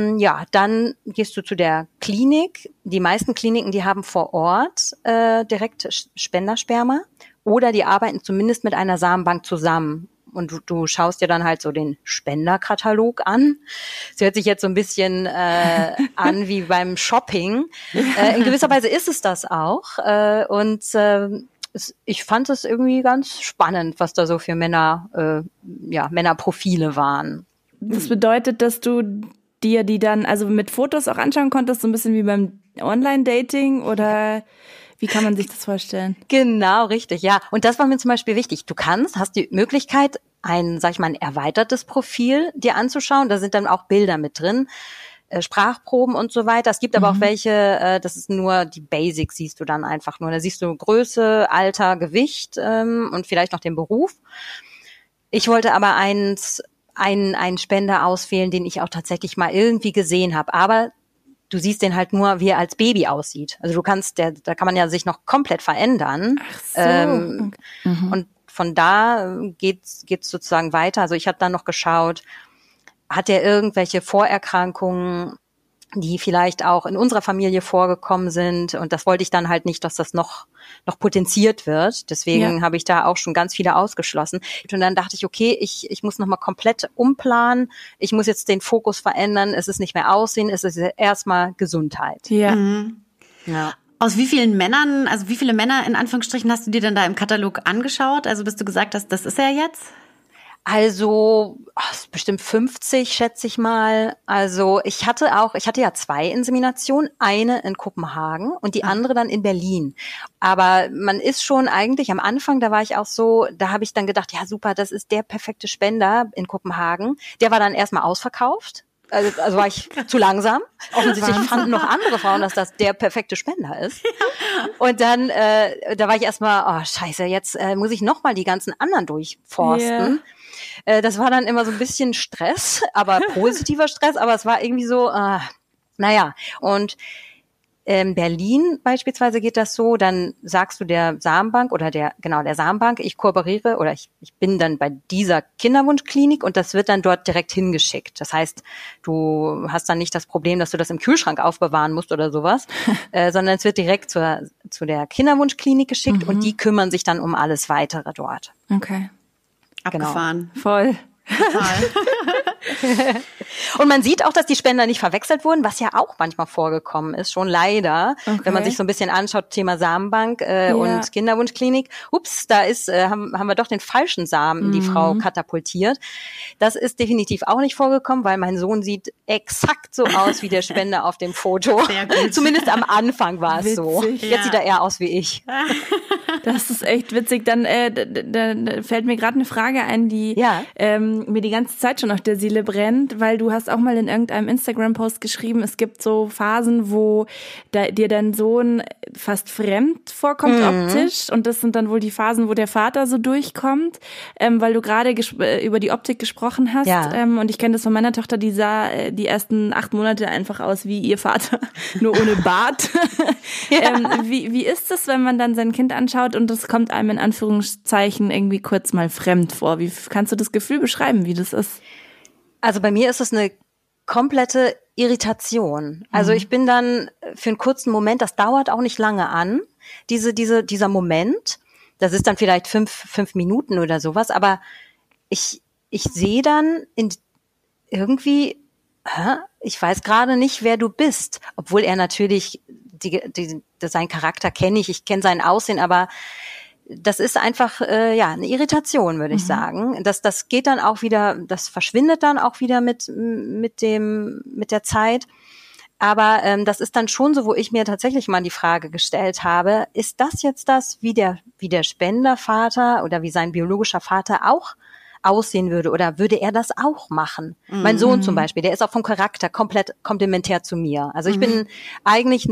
dann gehst du zu der Klinik. Die meisten Kliniken, die haben vor Ort direkt Spendersperma oder die arbeiten zumindest mit einer Samenbank zusammen. Und du schaust dir dann halt so den Spenderkatalog an. Das hört sich jetzt so ein bisschen an wie beim Shopping. In gewisser Weise ist es das auch. Ich fand es irgendwie ganz spannend, was da so für Männerprofile waren. Das bedeutet, dass du dir die dann also mit Fotos auch anschauen konntest, so ein bisschen wie beim Online-Dating oder Wie kann man sich das vorstellen? Genau, richtig, ja. Und das war mir zum Beispiel wichtig. Du hast die Möglichkeit, ein erweitertes Profil dir anzuschauen. Da sind dann auch Bilder mit drin, Sprachproben und so weiter. Es gibt aber auch welche, das ist nur die Basics, siehst du dann einfach nur. Da siehst du Größe, Alter, Gewicht und vielleicht noch den Beruf. Ich wollte aber einen Spender auswählen, den ich auch tatsächlich mal irgendwie gesehen habe. Aber du siehst den halt nur, wie er als Baby aussieht. Also da kann man ja sich noch komplett verändern. Ach so. Okay. Und von da geht's sozusagen weiter. Also ich habe dann noch geschaut, hat er irgendwelche Vorerkrankungen, die vielleicht auch in unserer Familie vorgekommen sind. Und das wollte ich dann halt nicht, dass das noch potenziert wird. Deswegen habe ich da auch schon ganz viele ausgeschlossen. Und dann dachte ich, okay, ich muss nochmal komplett umplanen. Ich muss jetzt den Fokus verändern. Es ist nicht mehr Aussehen, es ist erstmal Gesundheit. Ja. Ja. Aus wie viele Männer in Anführungsstrichen hast du dir denn da im Katalog angeschaut? Also bis du gesagt hast, das ist er jetzt? Also bestimmt 50, schätze ich mal. Also ich hatte ja 2 Inseminationen, eine in Kopenhagen und die andere dann in Berlin. Aber man ist schon eigentlich am Anfang, da war ich auch so, da habe ich dann gedacht, ja super, das ist der perfekte Spender in Kopenhagen. Der war dann erstmal ausverkauft. Also war ich zu langsam. Offensichtlich fanden noch andere Frauen, dass das der perfekte Spender ist. Und dann, da war ich erstmal, scheiße, jetzt muss ich nochmal die ganzen anderen durchforsten. Das war dann immer so ein bisschen Stress, aber positiver Stress, aber es war irgendwie so, naja. Und in Berlin beispielsweise geht das so, dann sagst du der Samenbank oder der Samenbank, ich kooperiere oder ich bin dann bei dieser Kinderwunschklinik und das wird dann dort direkt hingeschickt. Das heißt, du hast dann nicht das Problem, dass du das im Kühlschrank aufbewahren musst oder sowas, sondern es wird direkt zu der Kinderwunschklinik geschickt und die kümmern sich dann um alles Weitere dort. Okay. Abgefahren. Genau. Voll. Und man sieht auch, dass die Spender nicht verwechselt wurden, was ja auch manchmal vorgekommen ist, schon leider. Okay. Wenn man sich so ein bisschen anschaut, Thema Samenbank und Kinderwunschklinik. Ups, da haben wir doch den falschen Samen in die Frau katapultiert. Das ist definitiv auch nicht vorgekommen, weil mein Sohn sieht exakt so aus wie der Spender auf dem Foto. Sehr gut. Zumindest am Anfang war es so. Jetzt sieht er eher aus wie ich. Das ist echt witzig. Dann fällt mir gerade eine Frage ein, die mir die ganze Zeit schon auf der Seele brennt, weil du hast auch mal in irgendeinem Instagram-Post geschrieben, es gibt so Phasen, wo dir dein Sohn fast fremd vorkommt optisch und das sind dann wohl die Phasen, wo der Vater so durchkommt, weil du gerade über die Optik gesprochen hast und ich kenne das von meiner Tochter, die sah die ersten 8 Monate einfach aus wie ihr Vater, nur ohne Bart. Wie ist es, wenn man dann sein Kind anschaut und das kommt einem in Anführungszeichen irgendwie kurz mal fremd vor? Wie kannst du das Gefühl beschreiben, wie das ist? Also bei mir ist es eine komplette Irritation. Also ich bin dann für einen kurzen Moment, das dauert auch nicht lange an, dieser Moment, das ist dann vielleicht 5 Minuten oder sowas, aber ich sehe dann irgendwie, ich weiß gerade nicht, wer du bist, obwohl er natürlich seinen Charakter kenne ich kenne sein Aussehen, aber das ist einfach eine Irritation, würde ich sagen. Das geht dann auch wieder, das verschwindet dann auch wieder mit der Zeit. Aber das ist dann schon so, wo ich mir tatsächlich mal die Frage gestellt habe: Ist das jetzt das, wie der Spendervater oder wie sein biologischer Vater auch aussehen würde, oder würde er das auch machen? Mein Sohn zum Beispiel, der ist auch vom Charakter komplett komplementär zu mir. Also ich bin eigentlich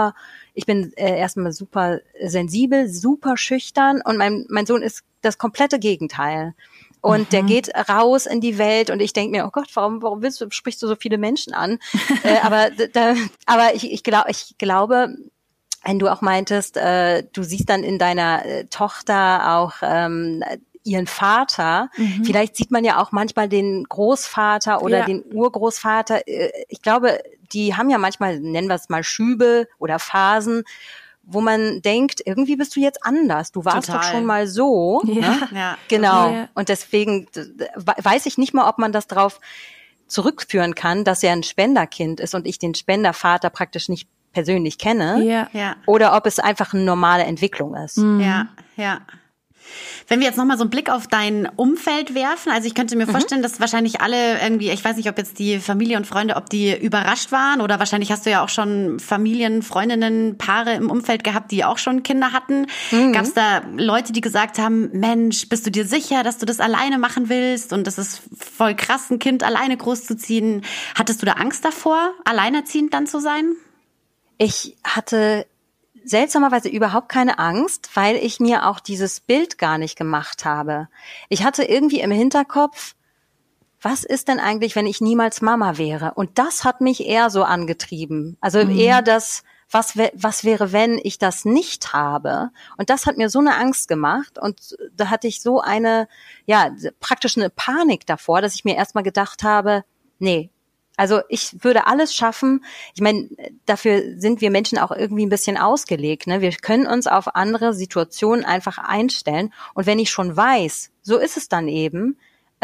erstmal super sensibel, super schüchtern und mein Sohn ist das komplette Gegenteil. Und der geht raus in die Welt und ich denke mir, oh Gott, warum sprichst du so viele Menschen an? Aber ich glaube, wenn du auch meintest, du siehst dann in deiner Tochter auch ihren Vater. Vielleicht sieht man ja auch manchmal den Großvater oder den Urgroßvater. Ich glaube, die haben ja manchmal, nennen wir es mal Schübe oder Phasen, wo man denkt, irgendwie bist du jetzt anders. Du warst doch schon mal so. Ja. Ne? Ja. Genau. Ja. Und deswegen weiß ich nicht mal, ob man das drauf zurückführen kann, dass er ein Spenderkind ist und ich den Spendervater praktisch nicht persönlich kenne. Ja. Oder ob es einfach eine normale Entwicklung ist. Ja, ja. Wenn wir jetzt nochmal so einen Blick auf dein Umfeld werfen, also ich könnte mir vorstellen, dass wahrscheinlich alle irgendwie, ich weiß nicht, ob jetzt die Familie und Freunde, ob die überrascht waren oder wahrscheinlich hast du ja auch schon Familien, Freundinnen, Paare im Umfeld gehabt, die auch schon Kinder hatten. Gab es da Leute, die gesagt haben, Mensch, bist du dir sicher, dass du das alleine machen willst und das ist voll krass, ein Kind alleine großzuziehen? Hattest du da Angst davor, alleinerziehend dann zu sein? Ich hatte seltsamerweise überhaupt keine Angst, weil ich mir auch dieses Bild gar nicht gemacht habe. Ich hatte irgendwie im Hinterkopf, was ist denn eigentlich, wenn ich niemals Mama wäre? Und das hat mich eher so angetrieben. Also eher das, was wäre, wenn ich das nicht habe? Und das hat mir so eine Angst gemacht. Und da hatte ich so praktisch eine Panik davor, dass ich mir erstmal gedacht habe, nee, also ich würde alles schaffen. Ich meine, dafür sind wir Menschen auch irgendwie ein bisschen ausgelegt, ne? Wir können uns auf andere Situationen einfach einstellen. Und wenn ich schon weiß, so ist es dann eben,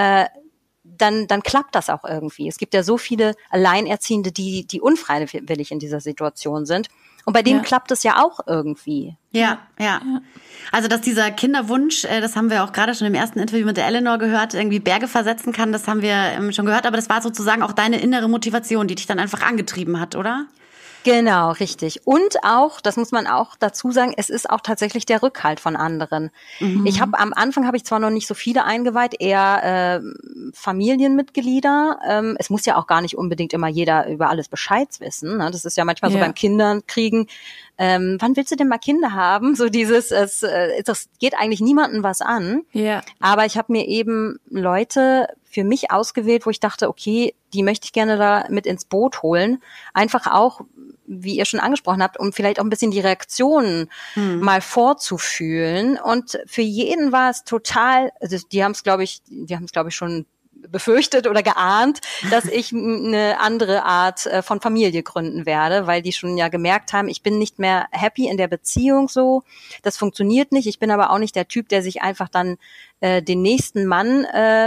dann klappt das auch irgendwie. Es gibt ja so viele Alleinerziehende, die unfreiwillig in dieser Situation sind. Und bei denen klappt es ja auch irgendwie. Ja. Also, dass dieser Kinderwunsch, das haben wir auch gerade schon im ersten Interview mit der Eleanor gehört, irgendwie Berge versetzen kann, das haben wir schon gehört. Aber das war sozusagen auch deine innere Motivation, die dich dann einfach angetrieben hat, oder? Genau, richtig. Und auch, das muss man auch dazu sagen, es ist auch tatsächlich der Rückhalt von anderen. Am Anfang habe ich zwar noch nicht so viele eingeweiht, eher Familienmitglieder. Es muss ja auch gar nicht unbedingt immer jeder über alles Bescheid wissen. Ne? Das ist ja manchmal so beim Kindern kriegen. Wann willst du denn mal Kinder haben? So das geht eigentlich niemandem was an. Ja. Aber ich habe mir eben Leute für mich ausgewählt, wo ich dachte, okay, die möchte ich gerne da mit ins Boot holen. Einfach auch, wie ihr schon angesprochen habt, um vielleicht auch ein bisschen die Reaktionen mal vorzufühlen. Und für jeden war es total, also die haben es, glaube ich, schon befürchtet oder geahnt, dass ich eine andere Art von Familie gründen werde, weil die schon ja gemerkt haben, ich bin nicht mehr happy in der Beziehung so. Das funktioniert nicht. Ich bin aber auch nicht der Typ, der sich einfach dann den nächsten Mann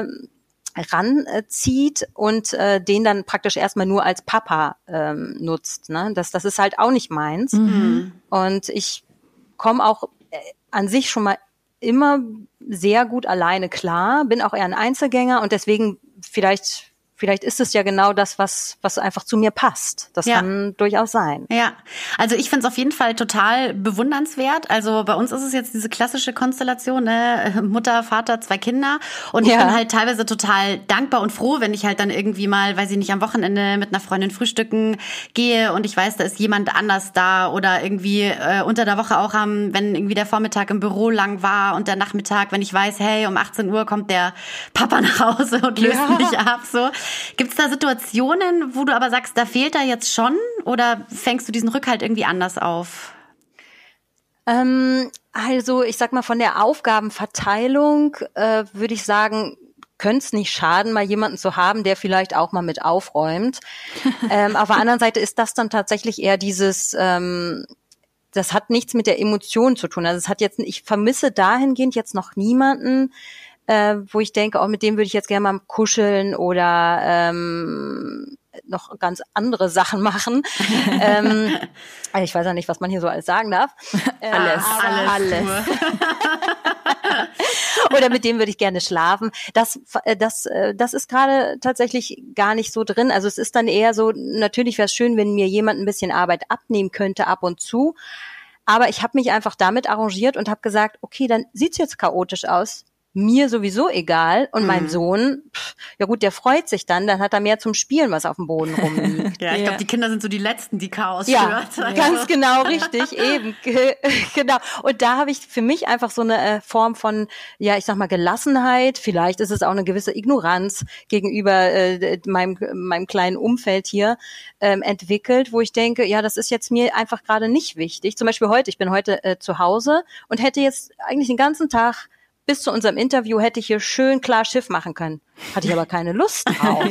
ranzieht und den dann praktisch erstmal nur als Papa nutzt. Ne? Das ist halt auch nicht meins. Und ich komme auch an sich schon mal immer sehr gut alleine klar, bin auch eher ein Einzelgänger und deswegen vielleicht ist es ja genau das, was einfach zu mir passt. Das kann durchaus sein. Ja, also ich finde es auf jeden Fall total bewundernswert. Also bei uns ist es jetzt diese klassische Konstellation, ne? Mutter, Vater, 2 Kinder. Und ich bin halt teilweise total dankbar und froh, wenn ich halt dann irgendwie mal, weiß ich nicht, am Wochenende mit einer Freundin frühstücken gehe und ich weiß, da ist jemand anders da oder irgendwie unter der Woche auch wenn irgendwie der Vormittag im Büro lang war und der Nachmittag, wenn ich weiß, hey, um 18 Uhr kommt der Papa nach Hause und löst mich ab, so. Gibt's da Situationen, wo du aber sagst, da fehlt er jetzt schon oder fängst du diesen Rückhalt irgendwie anders auf? Also ich sag mal, von der Aufgabenverteilung würde ich sagen, könnte es nicht schaden, mal jemanden zu haben, der vielleicht auch mal mit aufräumt. Auf der anderen Seite ist das dann tatsächlich eher dieses, das hat nichts mit der Emotion zu tun. Also ich vermisse dahingehend jetzt noch niemanden, wo ich denke, mit dem würde ich jetzt gerne mal kuscheln oder noch ganz andere Sachen machen. Ich weiß ja nicht, was man hier so alles sagen darf. Alles. Oder mit dem würde ich gerne schlafen. Das ist gerade tatsächlich gar nicht so drin. Also es ist dann eher so, natürlich wäre es schön, wenn mir jemand ein bisschen Arbeit abnehmen könnte ab und zu. Aber ich habe mich einfach damit arrangiert und habe gesagt, okay, dann sieht's jetzt chaotisch aus. Mir sowieso egal. Und mein Sohn, ja gut, der freut sich dann hat er mehr zum Spielen, was auf dem Boden rumliegt. Ja, ich glaube, die Kinder sind so die Letzten, die Chaos stört. Ja, ganz genau, richtig, eben. Genau. Und da habe ich für mich einfach so eine Form von, ja, ich sag mal, Gelassenheit. Vielleicht ist es auch eine gewisse Ignoranz gegenüber meinem kleinen Umfeld hier entwickelt, wo ich denke, ja, das ist jetzt mir einfach gerade nicht wichtig. Zum Beispiel ich bin heute zu Hause und hätte jetzt eigentlich den ganzen Tag bis zu unserem Interview hätte ich hier schön klar Schiff machen können. Hatte ich aber keine Lust drauf.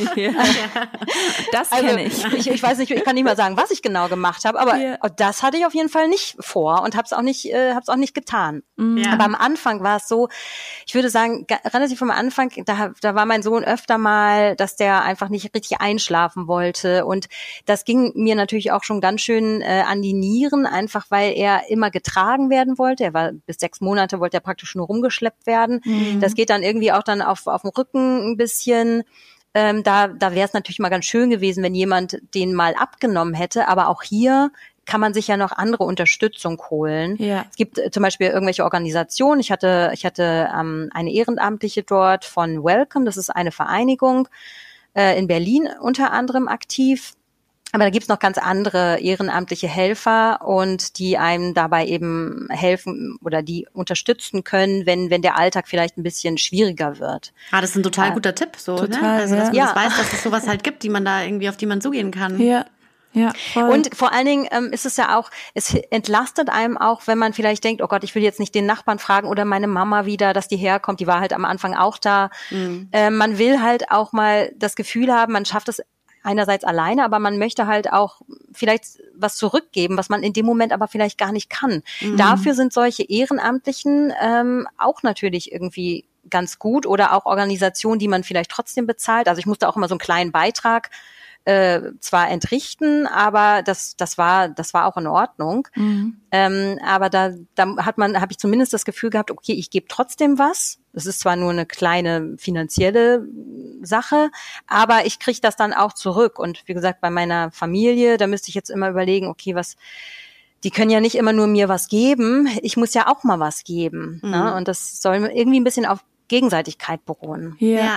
Das kenne ich. Ich weiß nicht, ich kann nicht mal sagen, was ich genau gemacht habe, aber das hatte ich auf jeden Fall nicht vor und hab's auch nicht getan. Ja. Aber am Anfang war es so, ich würde sagen, relativ am Anfang, da war mein Sohn öfter mal, dass der einfach nicht richtig einschlafen wollte und das ging mir natürlich auch schon ganz schön an die Nieren, einfach weil er immer getragen werden wollte. Er war bis 6 Monate, wollte er praktisch nur rumgeschleppt werden. Das geht dann irgendwie auch dann auf dem Rücken ein bisschen. Da wäre es natürlich mal ganz schön gewesen, wenn jemand den mal abgenommen hätte. Aber auch hier kann man sich ja noch andere Unterstützung holen. Ja. Es gibt zum Beispiel irgendwelche Organisationen. Ich hatte eine Ehrenamtliche dort von Welcome. Das ist eine Vereinigung in Berlin unter anderem aktiv. Aber da gibt's noch ganz andere ehrenamtliche Helfer und die einem dabei eben helfen oder die unterstützen können, wenn der Alltag vielleicht ein bisschen schwieriger wird. Das ist ein total guter Tipp, so, total, ne? Also, dass man ja. das weiß, dass es sowas halt gibt, auf die man zugehen kann. Ja. Ja, voll. Und vor allen Dingen ist es ja auch, es entlastet einem auch, wenn man vielleicht denkt, oh Gott, ich will jetzt nicht den Nachbarn fragen oder meine Mama wieder, dass die herkommt, die war halt am Anfang auch da. Man will halt auch mal das Gefühl haben, man schafft es einerseits alleine, aber man möchte halt auch vielleicht was zurückgeben, was man in dem Moment aber vielleicht gar nicht kann. Dafür sind solche Ehrenamtlichen auch natürlich irgendwie ganz gut oder auch Organisationen, die man vielleicht trotzdem bezahlt. Also ich musste auch immer so einen kleinen Beitrag zwar entrichten, aber das war auch in Ordnung. Aber da habe ich zumindest das Gefühl gehabt, okay, ich gebe trotzdem was. Es ist zwar nur eine kleine finanzielle Sache, aber ich kriege das dann auch zurück. Und wie gesagt, bei meiner Familie, da müsste ich jetzt immer überlegen, okay, die können ja nicht immer nur mir was geben. Ich muss ja auch mal was geben. Ne? Und das soll irgendwie ein bisschen auf Gegenseitigkeit beruhen. Ja.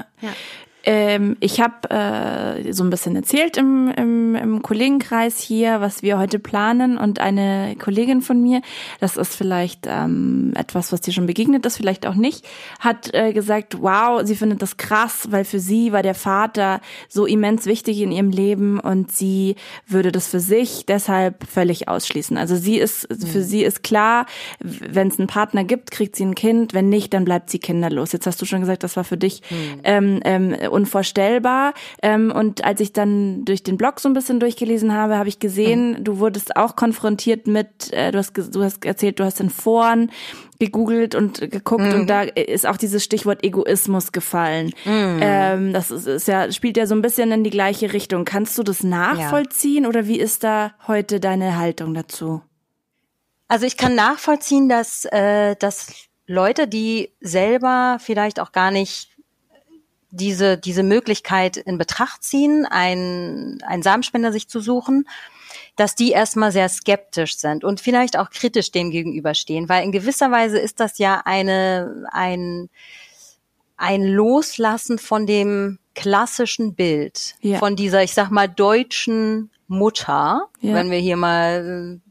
Ich habe so ein bisschen erzählt im Kollegenkreis hier, was wir heute planen, und eine Kollegin von mir, das ist vielleicht etwas, was dir schon begegnet ist, vielleicht auch nicht, hat gesagt, wow, sie findet das krass, weil für sie war der Vater so immens wichtig in ihrem Leben und sie würde das für sich deshalb völlig ausschließen. Also für sie ist klar, wenn es einen Partner gibt, kriegt sie ein Kind, wenn nicht, dann bleibt sie kinderlos. Jetzt hast du schon gesagt, das war für dich unvorstellbar. Und als ich dann durch den Blog so ein bisschen durchgelesen habe, habe ich gesehen, du wurdest auch konfrontiert mit, du hast erzählt, du hast in Foren gegoogelt und geguckt und da ist auch dieses Stichwort Egoismus gefallen. Das spielt ja so ein bisschen in die gleiche Richtung. Kannst du das nachvollziehen oder wie ist da heute deine Haltung dazu? Also ich kann nachvollziehen, dass Leute, die selber vielleicht auch gar nicht diese Möglichkeit in Betracht ziehen, einen Samenspender sich zu suchen, dass die erstmal sehr skeptisch sind und vielleicht auch kritisch dem gegenüberstehen, weil in gewisser Weise ist das ja ein Loslassen von dem klassischen Bild, von dieser, ich sag mal, deutschen Mutter, wenn wir hier mal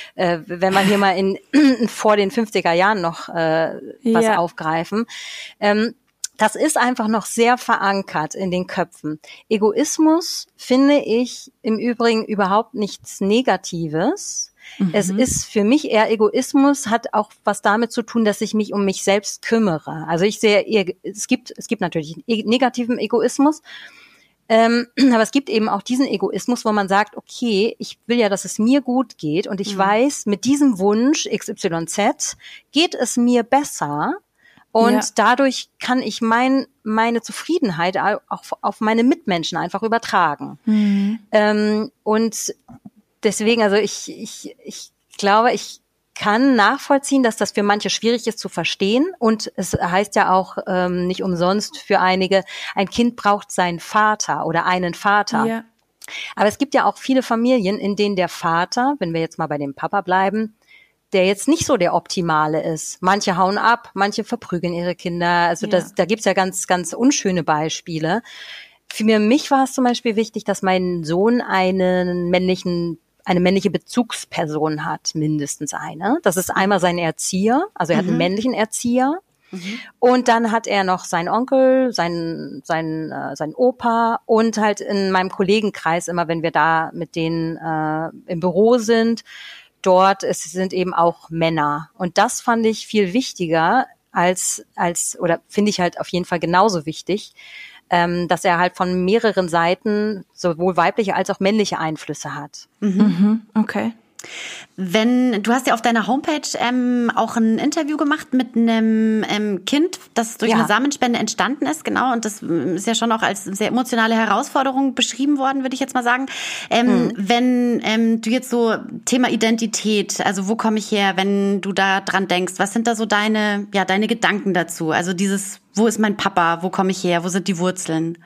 vor den 50er Jahren noch was aufgreifen. Das ist einfach noch sehr verankert in den Köpfen. Egoismus finde ich im Übrigen überhaupt nichts Negatives. Es ist für mich eher Egoismus, hat auch was damit zu tun, dass ich mich um mich selbst kümmere. Also ich sehe, es gibt natürlich negativen Egoismus, aber es gibt eben auch diesen Egoismus, wo man sagt, okay, ich will ja, dass es mir gut geht und ich weiß, mit diesem Wunsch XYZ geht es mir besser. Und dadurch kann ich meine Zufriedenheit auch auf meine Mitmenschen einfach übertragen. Und deswegen, also ich glaube, ich kann nachvollziehen, dass das für manche schwierig ist zu verstehen. Und es heißt ja auch nicht umsonst für einige, ein Kind braucht seinen Vater oder einen Vater. Ja. Aber es gibt ja auch viele Familien, in denen der Vater, wenn wir jetzt mal bei dem Papa bleiben, der jetzt nicht so der Optimale ist. Manche hauen ab, manche verprügeln ihre Kinder. Also da gibt's ja ganz, ganz unschöne Beispiele. Für mich war es zum Beispiel wichtig, dass mein Sohn eine männliche Bezugsperson hat, mindestens eine. Das ist einmal sein Erzieher, also er hat einen männlichen Erzieher. Und dann hat er noch seinen Onkel, seinen Opa und halt in meinem Kollegenkreis, immer wenn wir da mit denen im Büro sind, dort sind eben auch Männer. Und das fand ich viel wichtiger, oder finde ich halt auf jeden Fall genauso wichtig, dass er halt von mehreren Seiten sowohl weibliche als auch männliche Einflüsse hat. Okay. Du hast ja auf deiner Homepage auch ein Interview gemacht mit einem Kind, das durch eine Samenspende entstanden ist, genau, und das ist ja schon auch als sehr emotionale Herausforderung beschrieben worden, würde ich jetzt mal sagen. Wenn du jetzt so Thema Identität, also wo komme ich her, wenn du da dran denkst, was sind da so deine Gedanken dazu? Also wo ist mein Papa, wo komme ich her, wo sind die Wurzeln?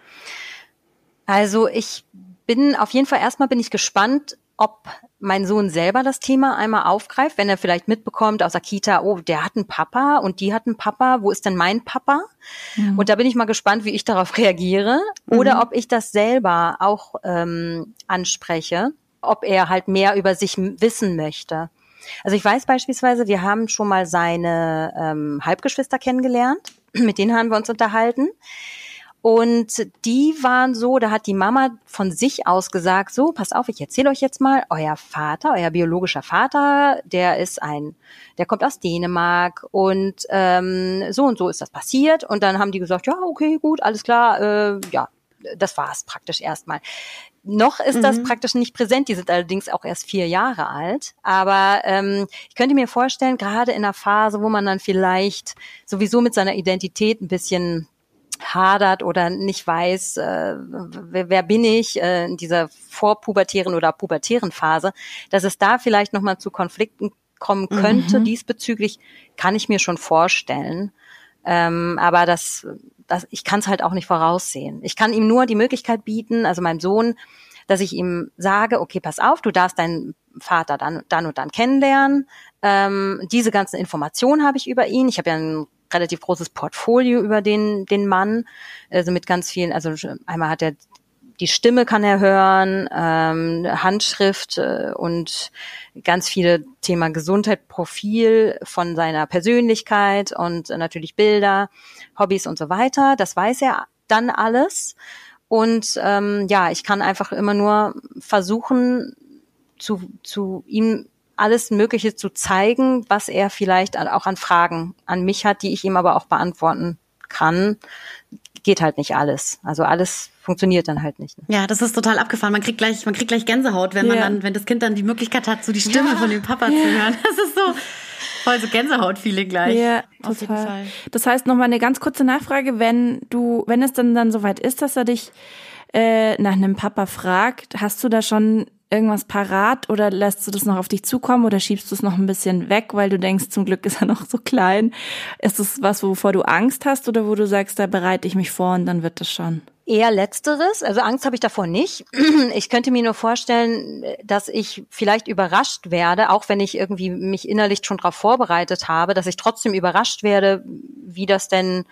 Also ich bin auf jeden Fall bin ich gespannt, ob mein Sohn selber das Thema einmal aufgreift, wenn er vielleicht mitbekommt aus der Kita, oh, der hat einen Papa und die hat einen Papa, wo ist denn mein Papa? Und da bin ich mal gespannt, wie ich darauf reagiere oder ob ich das selber auch anspreche, ob er halt mehr über sich wissen möchte. Also ich weiß beispielsweise, wir haben schon mal seine Halbgeschwister kennengelernt, mit denen haben wir uns unterhalten. Und die waren so, da hat die Mama von sich aus gesagt, so, pass auf, ich erzähle euch jetzt mal, euer biologischer Vater, der kommt aus Dänemark und so und so ist das passiert. Und dann haben die gesagt, ja, okay, gut, alles klar, das war's praktisch erstmal. Noch ist das praktisch nicht präsent, die sind allerdings auch erst 4 Jahre alt, aber ich könnte mir vorstellen, gerade in einer Phase, wo man dann vielleicht sowieso mit seiner Identität ein bisschen hadert oder nicht weiß, wer bin ich in dieser vorpubertären oder pubertären Phase, dass es da vielleicht nochmal zu Konflikten kommen könnte. Diesbezüglich kann ich mir schon vorstellen. Aber ich kann es halt auch nicht voraussehen. Ich kann ihm nur die Möglichkeit bieten, also meinem Sohn, dass ich ihm sage, okay, pass auf, du darfst deinen Vater dann und dann kennenlernen. Diese ganzen Informationen habe ich über ihn. Ich habe ja ein relativ großes Portfolio über den Mann, also mit ganz vielen, also einmal hat er die Stimme kann er hören, Handschrift und ganz viele Thema Gesundheit, Profil von seiner Persönlichkeit und natürlich Bilder, Hobbys und so weiter. Das weiß er dann alles. Und ich kann einfach immer nur versuchen, zu ihm alles Mögliche zu zeigen, was er vielleicht auch an Fragen an mich hat, die ich ihm aber auch beantworten kann. Geht halt nicht alles. Also alles funktioniert dann halt nicht. Ja, das ist total abgefahren. Man kriegt gleich Gänsehaut, wenn das Kind dann die Möglichkeit hat, so die Stimme von dem Papa zu hören. Das ist so voll so Gänsehaut-Feeling gleich. Ja, auf jeden Fall. Das heißt, nochmal eine ganz kurze Nachfrage, wenn es dann soweit ist, dass er dich nach einem Papa fragt, hast du da schon irgendwas parat oder lässt du das noch auf dich zukommen oder schiebst du es noch ein bisschen weg, weil du denkst, zum Glück ist er noch so klein? Ist das was, wovor du Angst hast oder wo du sagst, da bereite ich mich vor und dann wird das schon? Eher Letzteres, also Angst habe ich davor nicht. Ich könnte mir nur vorstellen, dass ich vielleicht überrascht werde, auch wenn ich irgendwie mich innerlich schon darauf vorbereitet habe, dass ich trotzdem überrascht werde, wie das denn,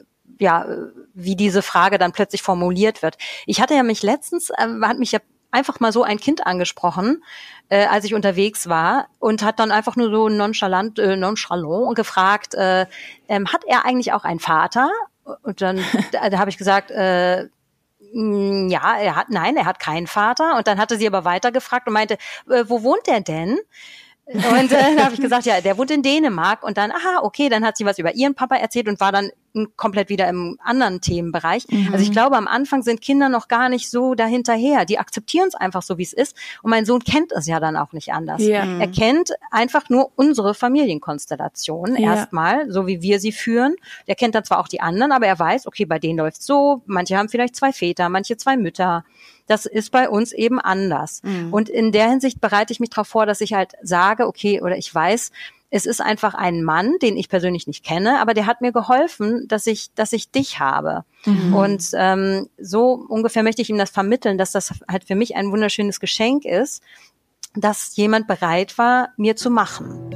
wie diese Frage dann plötzlich formuliert wird. Ich hatte ja mich letztens, hat mich ja einfach mal so ein Kind angesprochen, als ich unterwegs war und hat dann einfach nur so nonchalant gefragt, hat er eigentlich auch einen Vater? Und dann da habe ich gesagt, er hat keinen Vater. Und dann hatte sie aber weitergefragt und meinte, wo wohnt der denn? Und dann habe ich gesagt, ja, der wohnt in Dänemark. Und dann, okay, dann hat sie was über ihren Papa erzählt und war dann komplett wieder im anderen Themenbereich. Also ich glaube, am Anfang sind Kinder noch gar nicht so dahinterher. Die akzeptieren es einfach so, wie es ist. Und mein Sohn kennt es ja dann auch nicht anders. Ja. Er kennt einfach nur unsere Familienkonstellation erstmal, so wie wir sie führen. Der kennt dann zwar auch die anderen, aber er weiß, okay, bei denen läuft's so. Manche haben vielleicht 2 Väter, manche 2 Mütter. Das ist bei uns eben anders. Und in der Hinsicht bereite ich mich darauf vor, dass ich halt sage, okay, oder ich weiß, es ist einfach ein Mann, den ich persönlich nicht kenne, aber der hat mir geholfen, dass ich dich habe. Und so ungefähr möchte ich ihm das vermitteln, dass das halt für mich ein wunderschönes Geschenk ist, dass jemand bereit war, mir zu machen.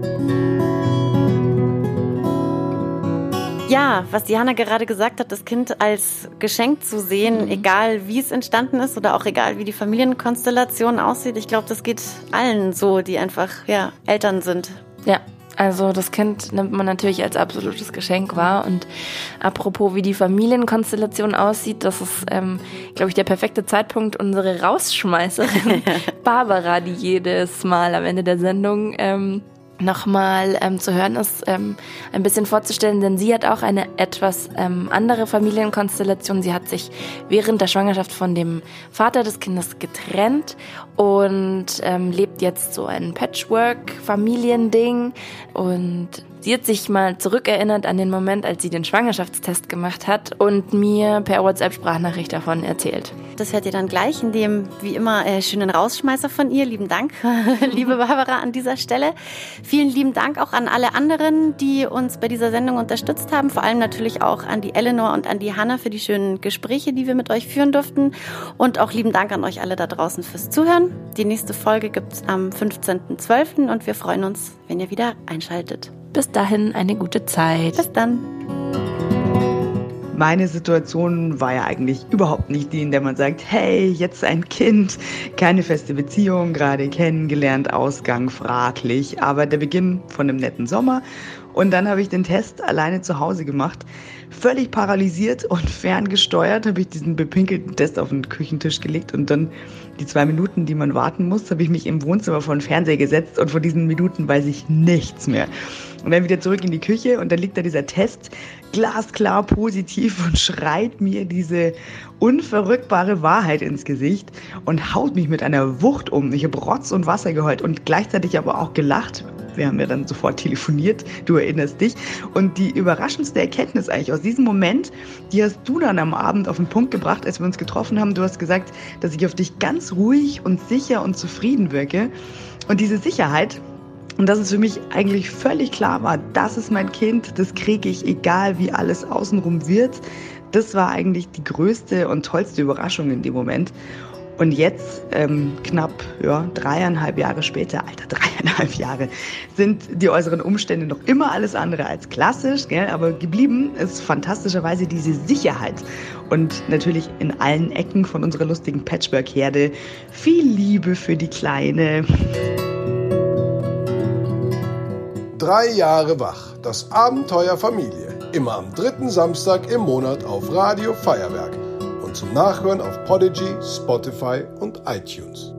Ja, was Diana gerade gesagt hat, das Kind als Geschenk zu sehen, egal wie es entstanden ist oder auch egal wie die Familienkonstellation aussieht. Ich glaube, das geht allen so, die einfach Eltern sind. Ja, also das Kind nimmt man natürlich als absolutes Geschenk wahr. Und apropos, wie die Familienkonstellation aussieht, das ist, glaube ich, der perfekte Zeitpunkt, unsere Rausschmeißerin Barbara, die jedes Mal am Ende der Sendung nochmal zu hören ist, ein bisschen vorzustellen, denn sie hat auch eine etwas andere Familienkonstellation. Sie hat sich während der Schwangerschaft von dem Vater des Kindes getrennt und lebt jetzt so ein Patchwork-Familiending. Und sie hat sich mal zurückerinnert an den Moment, als sie den Schwangerschaftstest gemacht hat und mir per WhatsApp-Sprachnachricht davon erzählt. Das hört ihr dann gleich in dem, wie immer, schönen Rausschmeißer von ihr. Lieben Dank, liebe Barbara, an dieser Stelle. Vielen lieben Dank auch an alle anderen, die uns bei dieser Sendung unterstützt haben. Vor allem natürlich auch an die Eleanor und an die Hannah für die schönen Gespräche, die wir mit euch führen durften. Und auch lieben Dank an euch alle da draußen fürs Zuhören. Die nächste Folge gibt's am 15.12. und wir freuen uns, wenn ihr wieder einschaltet. Bis dahin eine gute Zeit. Bis dann. Meine Situation war ja eigentlich überhaupt nicht die, in der man sagt, hey, jetzt ein Kind, keine feste Beziehung, gerade kennengelernt, Ausgang fraglich, aber der Beginn von einem netten Sommer. Und dann habe ich den Test alleine zu Hause gemacht. Völlig paralysiert und ferngesteuert habe ich diesen bepinkelten Test auf den Küchentisch gelegt und dann die 2 Minuten, die man warten muss, habe ich mich im Wohnzimmer vor den Fernseher gesetzt und von diesen Minuten weiß ich nichts mehr. Und dann wieder zurück in die Küche und dann liegt da dieser Test, glasklar positiv und schreit mir diese unverrückbare Wahrheit ins Gesicht und haut mich mit einer Wucht um. Ich habe Rotz und Wasser geheult und gleichzeitig aber auch gelacht. Wir haben ja dann sofort telefoniert, du erinnerst dich. Und die überraschendste Erkenntnis eigentlich aus diesem Moment, die hast du dann am Abend auf den Punkt gebracht, als wir uns getroffen haben. Du hast gesagt, dass ich auf dich ganz ruhig und sicher und zufrieden wirke. Und diese Sicherheit, und dass es für mich eigentlich völlig klar war, das ist mein Kind, das kriege ich, egal wie alles außenrum wird. Das war eigentlich die größte und tollste Überraschung in dem Moment. Und jetzt, knapp 3,5 Jahre später, 3,5 Jahre, sind die äußeren Umstände noch immer alles andere als klassisch, gell? Aber geblieben ist fantastischerweise diese Sicherheit. Und natürlich in allen Ecken von unserer lustigen Patchwork-Herde viel Liebe für die Kleine. 3 Jahre wach, das Abenteuer Familie. Immer am 3. Samstag im Monat auf Radio Feuerwerk. Und zum Nachhören auf Podigy, Spotify und iTunes.